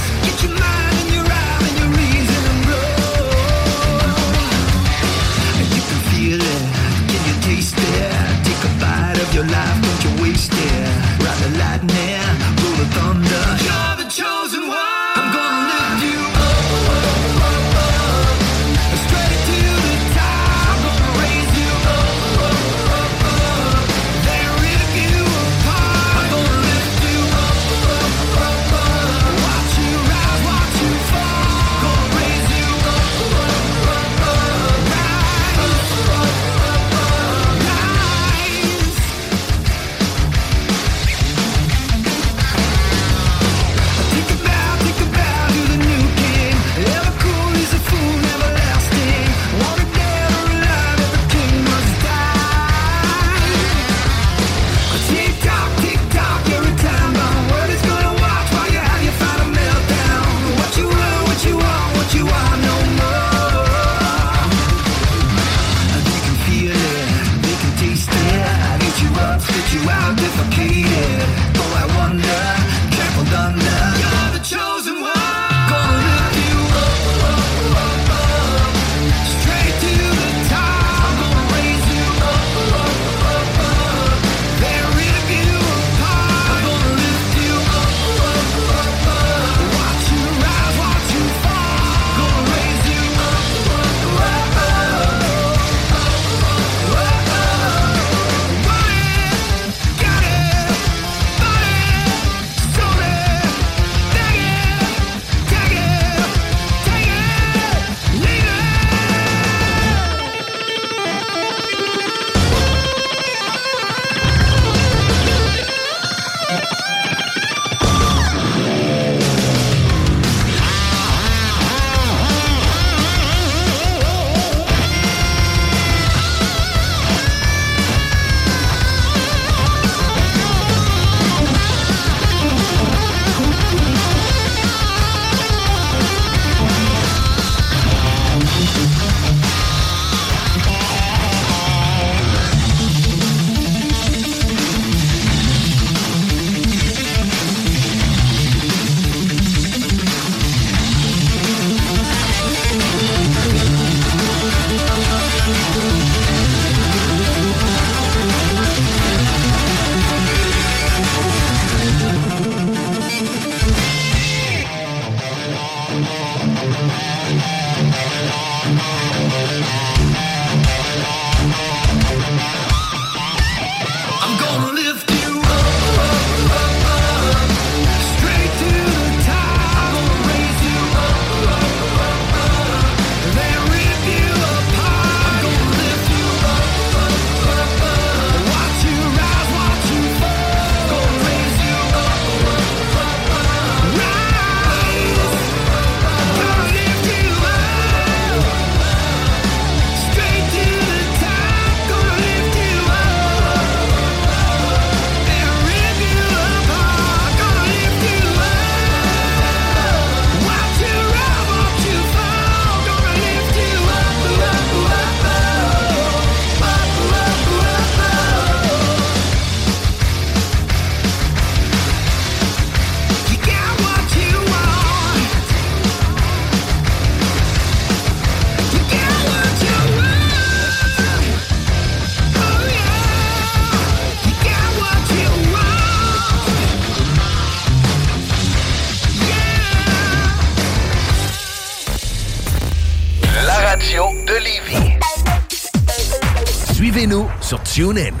Lévis. Suivez-nous sur TuneIn.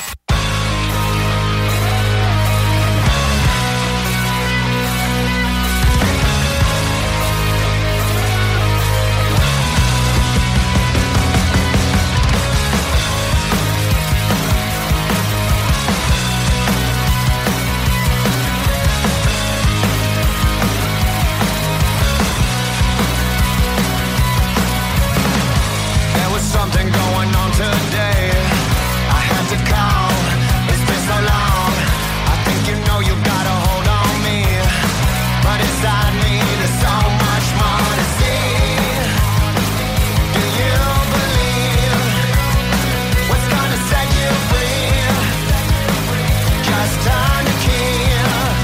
Something going on today. I had to call. It's been so long. I think you know you got a hold on me, but inside me there's so much more to see. Do you believe what's gonna set you free? Just turn the key.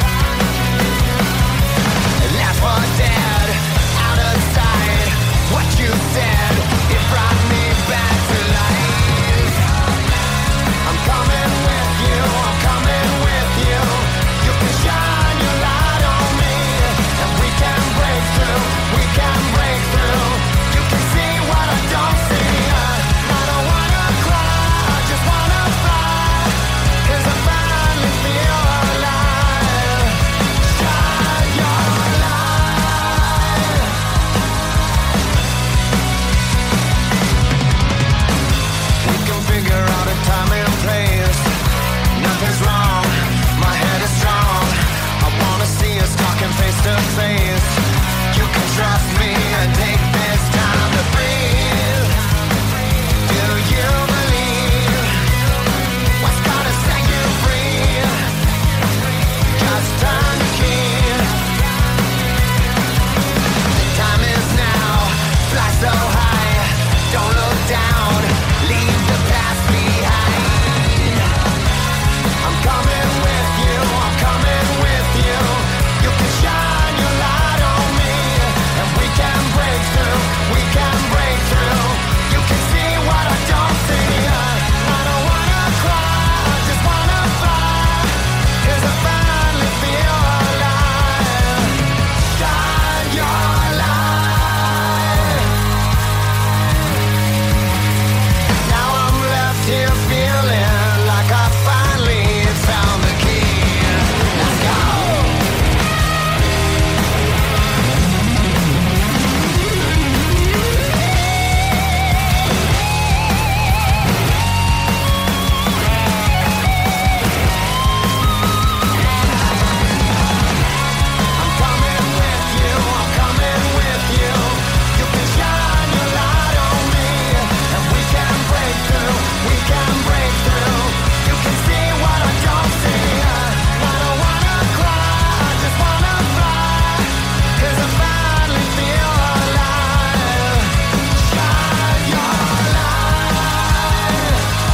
Left for dead, out of sight. What you said, it brought me back to life. I'm coming with you, I'm coming with you. You can shine your light on me, and we can break through, we can break through. You can see what I don't see. I don't wanna cry, I just wanna fly, 'cause I finally feel alive. Shine your light. We can figure out a time and place. Nothing's wrong, my head is strong. I wanna see us talking face to face. You can trust me and take this time to breathe. Do you believe what's gonna set you free? Just turn the key. The time is now, fly so high. Don't look down, leave the past behind. I'm coming with you, I'm coming with you. You can shine your light on me, and we can break through, we can break through. You can see what I don't see. I don't wanna cry, I just wanna fly, 'cause I finally feel alive. Shine your light. Now I'm left here feeling like I finally found the key. Let's go. I'm coming with you, I'm coming with you. You can shine your light on me, and we can break through, we can break through. You can see what I don't see. I don't wanna cry, I just wanna fly, 'cause I finally feel alive. Shine your light.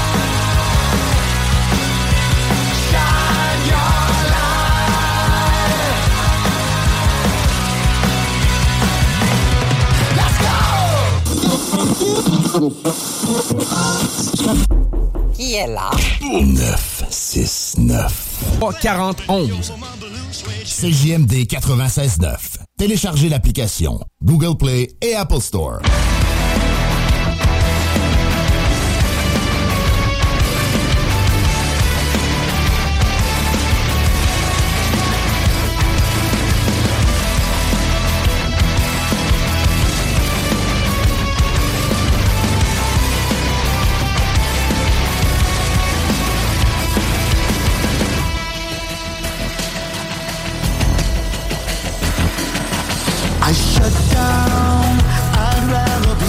Shine your light. Let's go. Qui est là? 969. 4011. CJMD 96.9. Téléchargez l'application Google Play et Apple Store. I shut down, I'd rather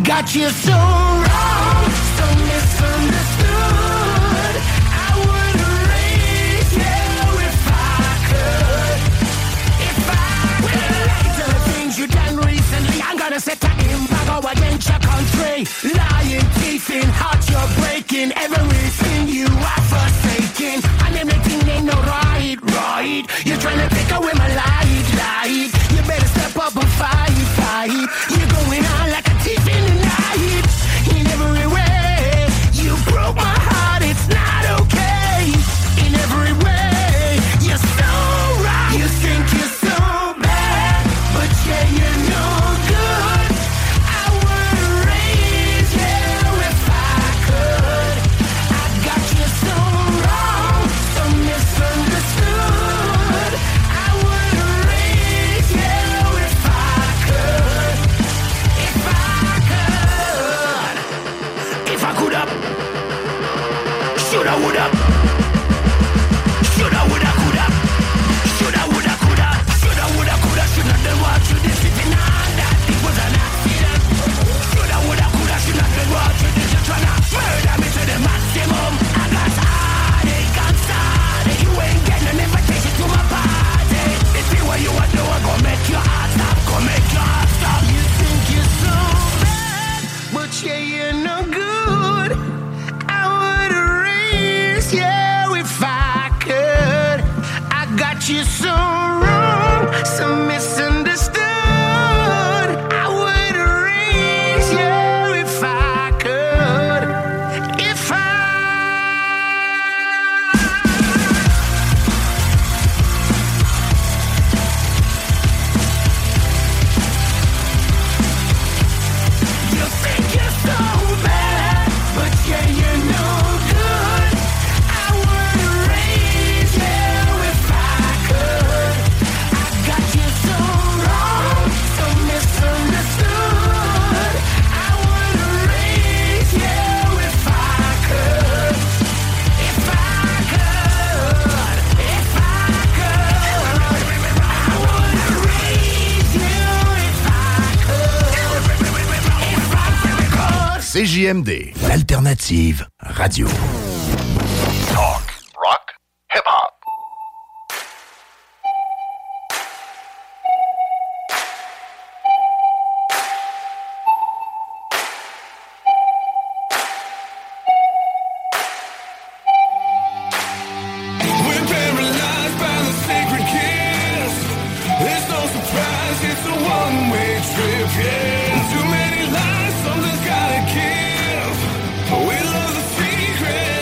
got you so wrong, so misunderstood. I would erase you if I could. If I could. To the things you done recently, I'm gonna set an embargo against your country. Lying, thieving, heart you're breaking. Everything you are forsaken. And everything ain't no right. You're trying to take away my light. You better step up and fight. You're going on like a thief in the night. In every way, you broke my heart, it's not okay. In every way, you're so right. You think you're so bad, but yeah, you're no good. I would erase you if I could. I got you so wrong, so misunderstood. I would erase you if I could. If I could. If I could up. Shoulda, woulda. Shoulda, woulda, coulda. Shoulda, woulda, coulda. Shoulda, woulda, coulda. Shoulda done what you did. Sitting on that. It was an accident. Shoulda, woulda, coulda. Shoulda done what you did. You're tryna murder me to the maximum. I got heartache inside. You ain't getting an invitation to my party. If you what you want to do, I'm gonna make your heart stop. Gonna make your heart stop. You think you're so bad, but yeah, you're no good. I would erase you if I could. I got you so wrong, so misunderstood. I would erase you if I could. If I You think you're so bad, but yeah, you're no good. I would erase you if I could. I got you so wrong, so misunderstood. I would erase you if I could. If I could. If I could. I would erase you if I could. If I could. CJMD, l'alternative radio. Talk, rock, hip-hop. We're paralyzed by the sacred kiss. It's no surprise, it's a one-way trip, yeah. Too many lies, something's gotta give. We love the secret.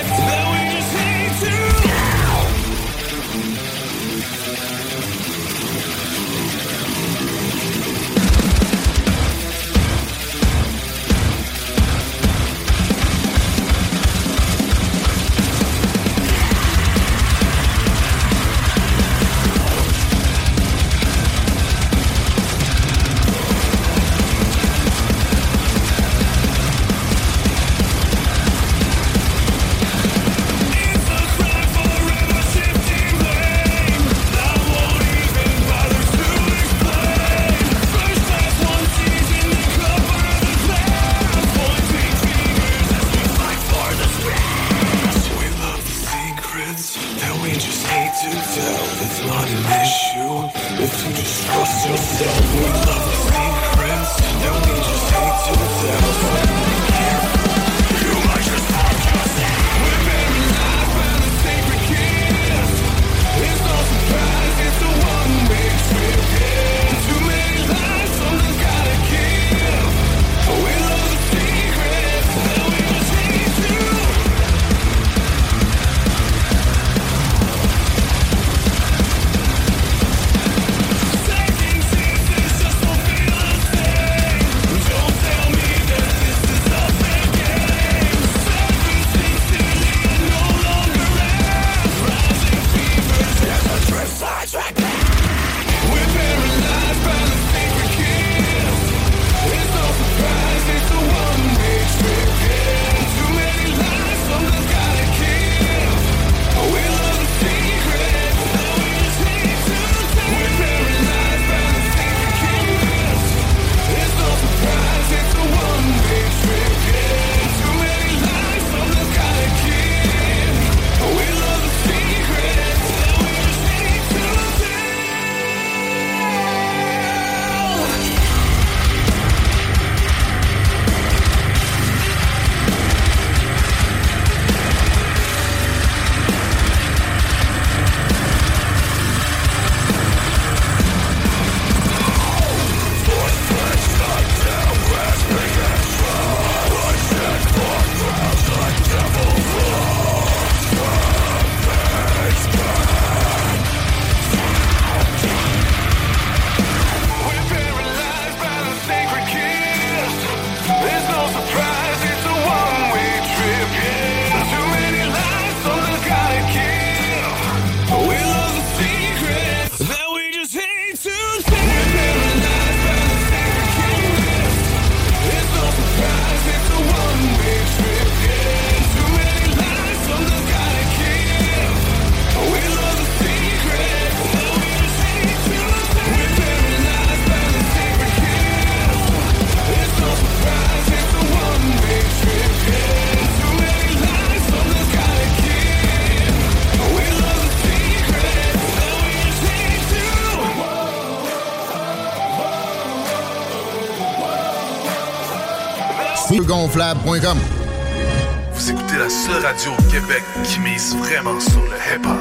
gonflable.com. Vous écoutez la seule radio au Québec qui mise vraiment sur le hip-hop.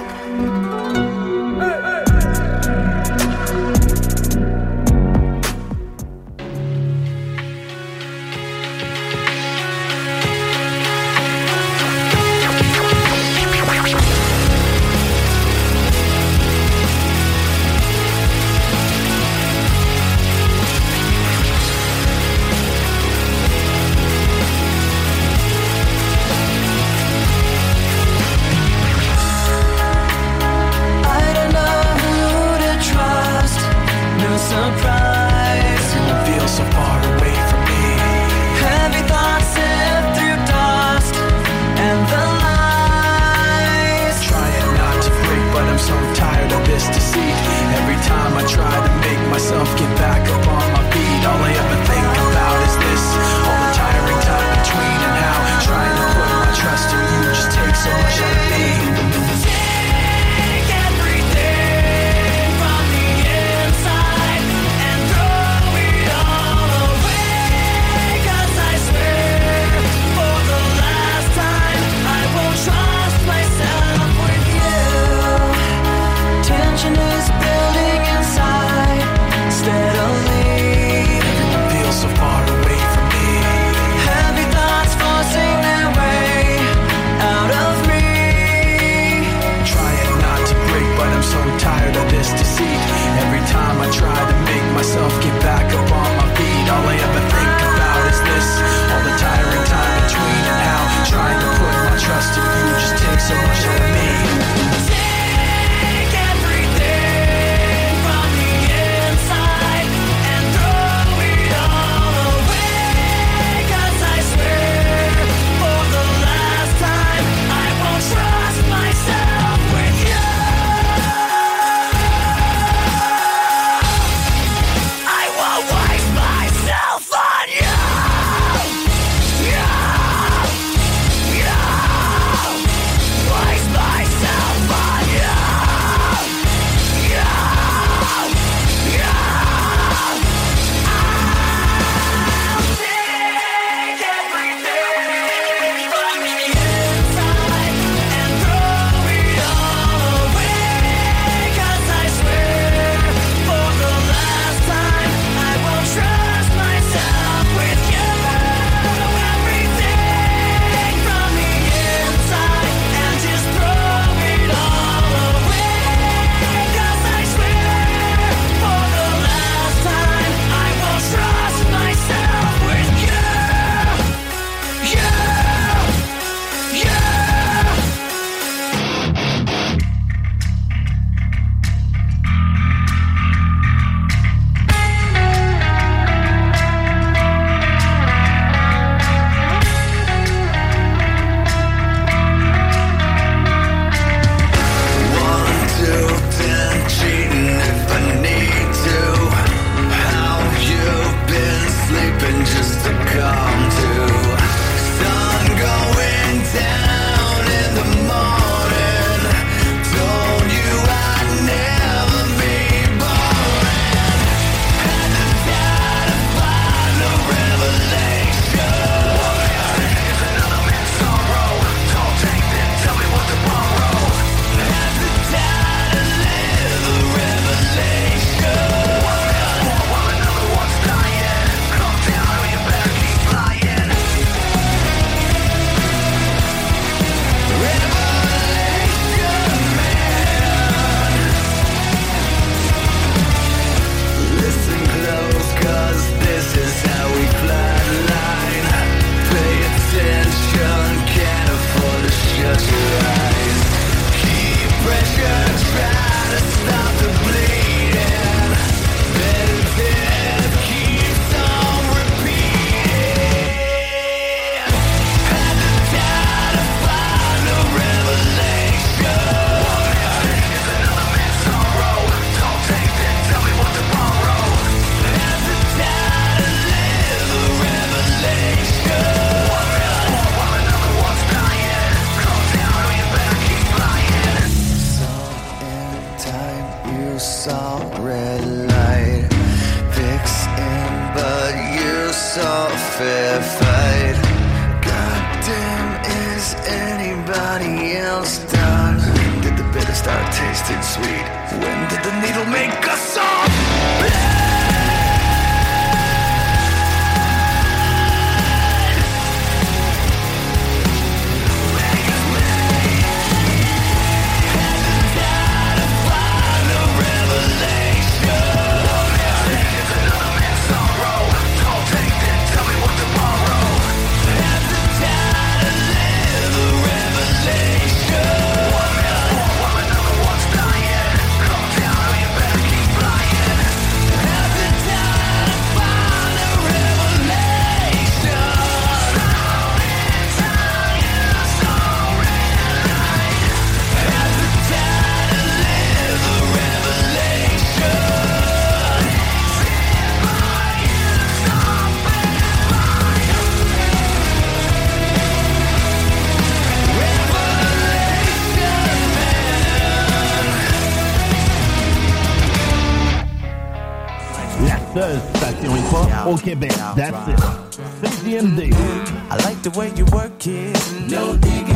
a fair fight. Goddamn, is anybody else done? When did the bitter start tasting sweet? When did the needle make us all bleed? Seule station hip-hop au Québec. That's it. CJMD. I like the way you work it. No digging.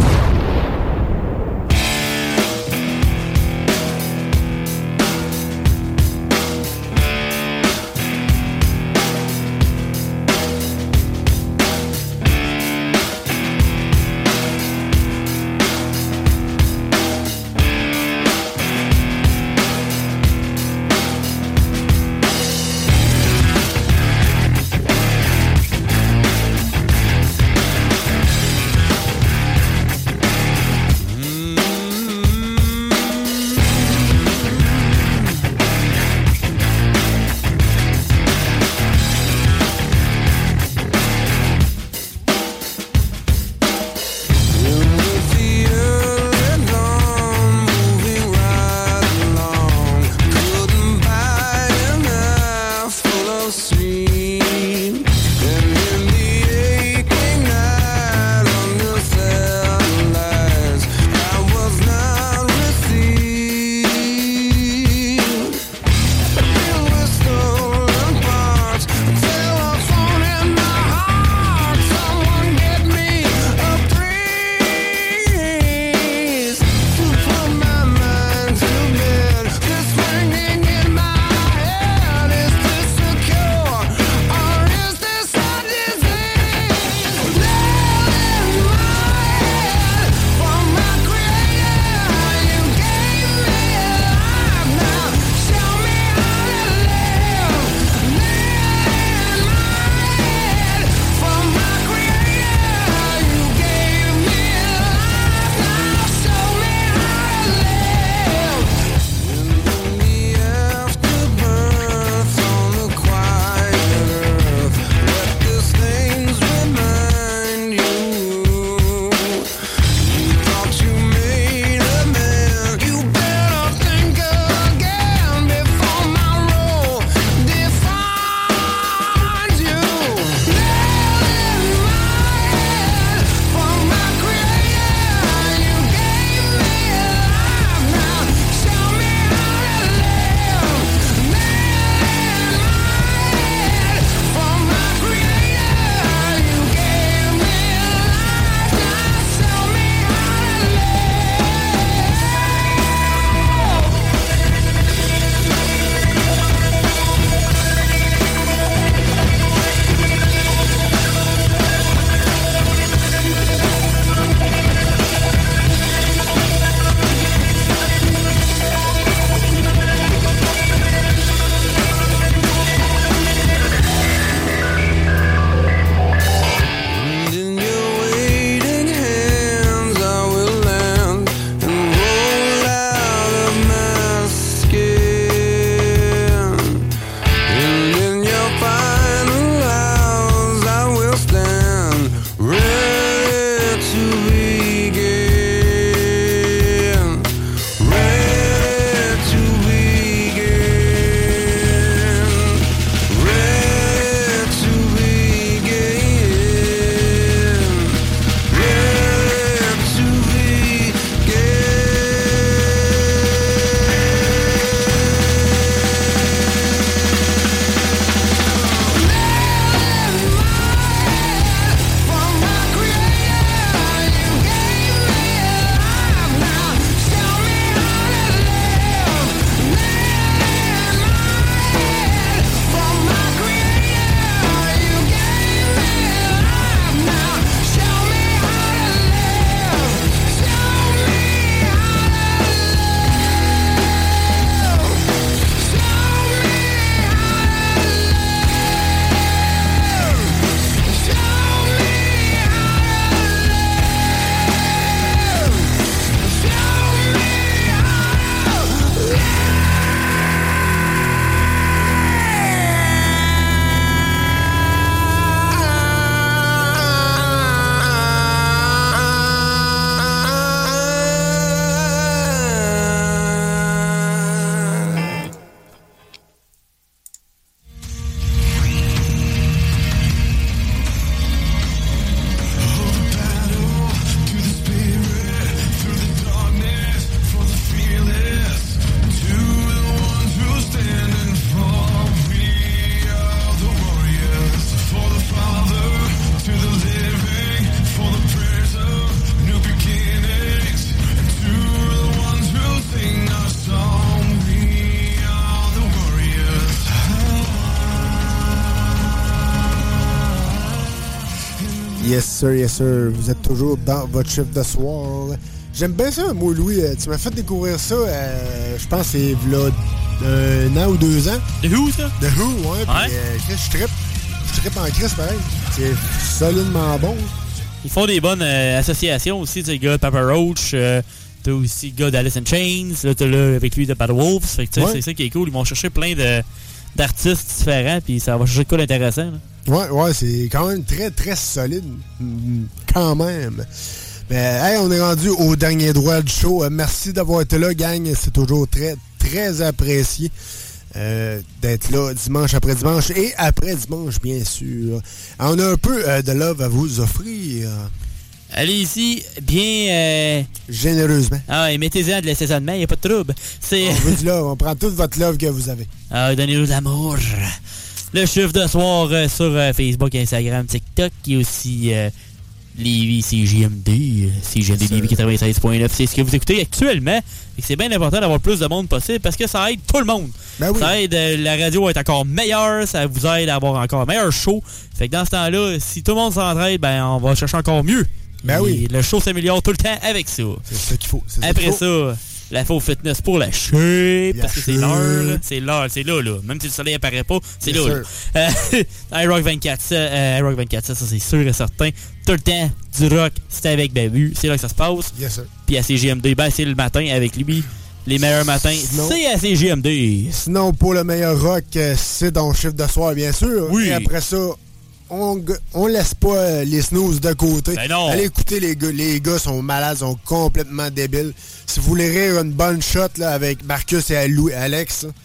Yes, sir, yes, sir. Vous êtes toujours dans votre chiffre de soir. J'aime bien ça, moi, Louis. Tu m'as fait découvrir ça, je pense que c'est là 1 an ou 2 ans. The Who, ça? The Who, ouais. Puis, je trippe en crise, pareil. C'est solidement bon. Ils font des bonnes associations aussi. Tu sais, le gars de Papa Roach, t'as aussi le gars d'Alice in Chains. Là, t'as là avec lui de Bad Wolves. Fait que, c'est ça qui est cool. Ils vont chercher plein d'artistes différents, puis ça va chercher de quoi d'intéressant. Ouais, c'est quand même très, très solide. Quand même. Mais, hey, on est rendu au dernier droit du show. Merci d'avoir été là, gang. C'est toujours très, très apprécié d'être là dimanche après dimanche et après dimanche, bien sûr. On a un peu de love à vous offrir. Allez-y, bien... généreusement. Ah, et mettez-en de l'assaisonnement, il n'y a pas de trouble. On veut du love, on prend toute votre love que vous avez. Ah, donnez-nous de l'amour. Le chiffre de soir sur Facebook, Instagram, TikTok, qui est aussi Lévis, CJMD, Lévis 96.9. C'est ce que vous écoutez actuellement. Et c'est bien important d'avoir le plus de monde possible parce que ça aide tout le monde. Ben oui. Ça aide la radio à être encore meilleure, ça vous aide à avoir encore un meilleur show. Fait que dans ce temps-là, si tout le monde s'entraide, ben on va chercher encore mieux. Ben oui. Le show s'améliore tout le temps avec ça. C'est ça qu'il faut. Après ça, la faux fitness pour la shape, parce que c'est l'heure. C'est l'heure, c'est là. Même si le soleil apparaît pas, c'est là. iRock 24, iRock 24, ça c'est sûr et certain. Tout le temps, du rock, c'est avec Babu. C'est là que ça se passe. Yes, sir. Puis à CJMD, ben c'est le matin avec lui. Les meilleurs matins, c'est à CJMD. Sinon, pour le meilleur rock, c'est dans le chiffre de soir, bien sûr. Oui. Et après ça, on laisse pas les snooze de côté. Ben non. Allez écouter les gars. Les gars sont malades, sont complètement débiles. Si vous voulez rire une bonne shot là, avec Marcus et Alex, là,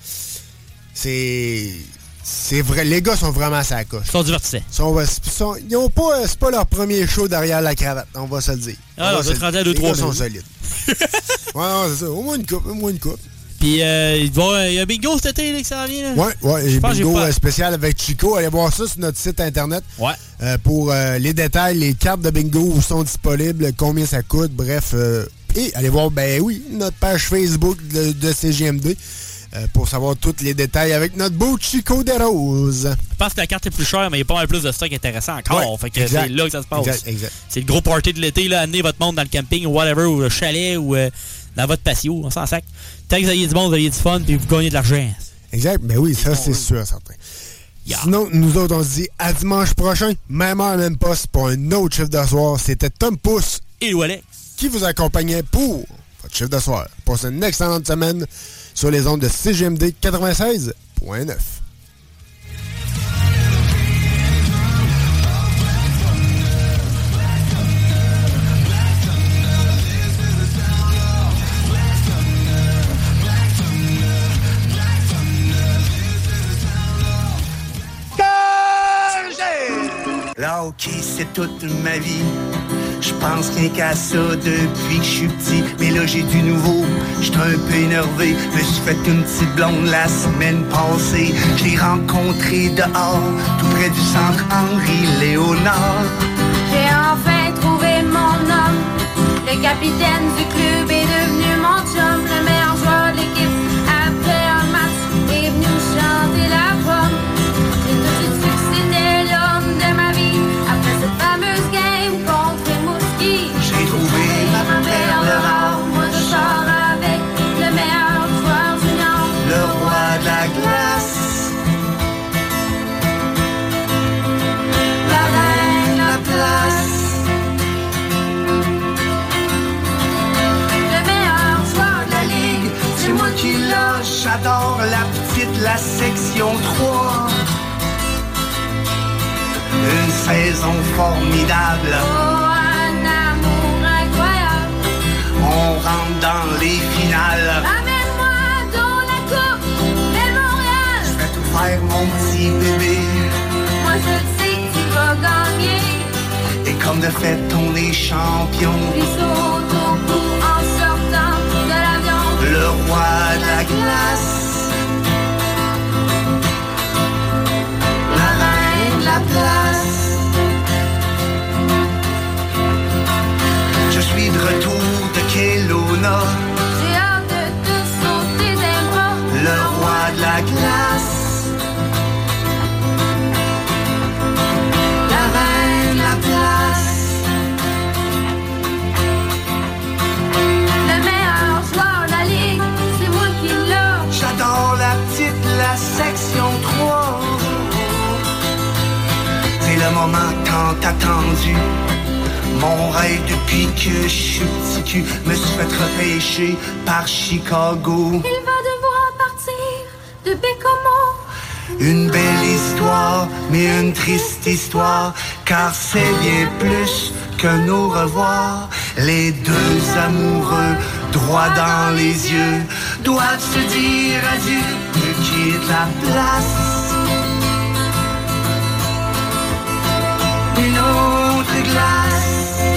c'est vrai. Les gars sont vraiment à sa coche. Ils sont divertissants. Ils ont pas, c'est pas leur premier show derrière la cravate, on va se le dire. Ah non, c'est 32 2 3 gars sont solides. Ouais, c'est ça. Au moins une coupe. Puis, il y a un bingo cet été là, qui s'en vient. Là. Ouais, j'ai bingo spécial avec Chico. Allez voir ça sur notre site internet. Ouais. Pour les détails, les cartes de bingo où sont disponibles, combien ça coûte, bref. Et allez voir, notre page Facebook de CJMD pour savoir tous les détails avec notre beau Chico de Rose. Je pense que la carte est plus chère, mais il y a pas mal plus de stock intéressant encore. Ouais, fait que c'est là que ça se passe. Exact. C'est le gros party de l'été. Là, amenez votre monde dans le camping ou whatever, ou le chalet, ou dans votre patio. On s'en sac. Tant que vous ayez du monde, vous ayez du fun, puis vous gagnez de l'argent. Exact. Ben oui, ça, c'est sûr, certain. Yeah. Sinon, nous autres, on se dit à dimanche prochain, même heure, même poste, pour un autre chiffre de soir. C'était Tom Pouce et Lou Alex qui vous accompagnait pour votre chiffre de soir. Passez une excellente semaine sur les ondes de CGMD 96.9. Là, ok, c'est toute ma vie. Je pense rien qu'à ça depuis que je suis petit. Mais là, j'ai du nouveau, j'étais un peu énervé. Je me suis fait une petite blonde la semaine passée. Je l'ai rencontrée dehors, tout près du centre Henri-Léonard. J'ai enfin trouvé mon homme. Le capitaine du club est devenu mon chum. Le meilleur joueur de l'équipe après un match est venu me chanter la pomme. J'ai tout de suite su que c'était l'homme de ma vie. Après cette fameuse game contre Mouski, j'ai trouvé ma perle rare. Moi je sors avec le meilleur joueur junior, le roi de la glace, la reine, la place. Le meilleur joueur de la ligue, c'est moi qui l'a. J'adore la petite, la section 3. Une saison formidable. Oh, un amour incroyable. On rentre dans les finales. Ramène-moi dans la coupe de Montréal. Je vais tout faire, mon petit bébé. Moi, je sais que tu vas gagner. Et comme de fait, on est champion. Puis saute au cou en sortant de l'avion. Le roi de la glace. La reine de la place. Je suis de retour de Kelowna. J'ai hâte de te sauter des bras. Le roi de la glace. La reine de la place. tant attendu. Mon rêve depuis que je suis petit cul, me suis fait repêcher par Chicago. Il va devoir partir de Bécomo. Une belle histoire, mais une triste histoire, car c'est bien plus qu'un au revoir. Les deux amoureux, droit dans les yeux, doivent se dire adieu, quitte la place. Une autre glace.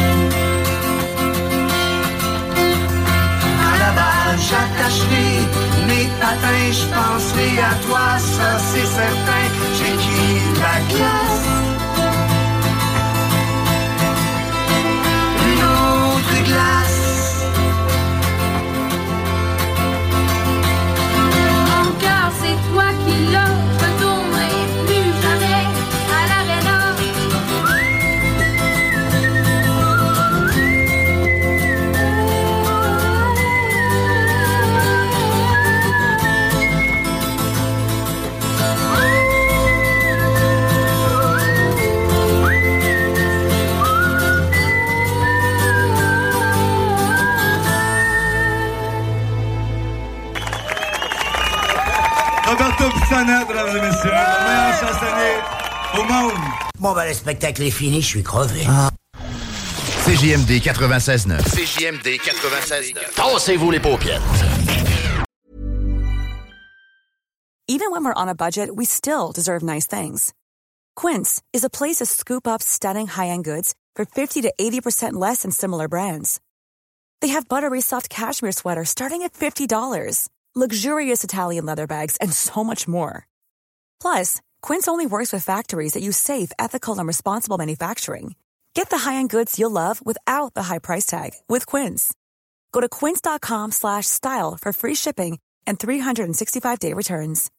À la base, j'attacherai mes patins, je penserai à toi, ça c'est certain. J'ai quitté la classe. Une autre glace. Mon cœur, c'est toi qui l'as. Je retournerai plus jamais à l'aréna. Roberto Pisana, mesdames et messieurs, le meilleur chansonnier au monde. Bon, ben, le spectacle est fini, je suis crevé. CJMD 96.9. CJMD 96.9. Tassez-vous les paupières. Even when we're on a budget, we still deserve nice things. Quince is a place to scoop up stunning high-end goods for 50 to 80% less than similar brands. They have buttery soft cashmere sweaters starting at $50, luxurious Italian leather bags, and so much more. Plus, Quince only works with factories that use safe, ethical, and responsible manufacturing. Get the high-end goods you'll love without the high price tag with Quince. Go to quince.com/style for free shipping and 365-day returns.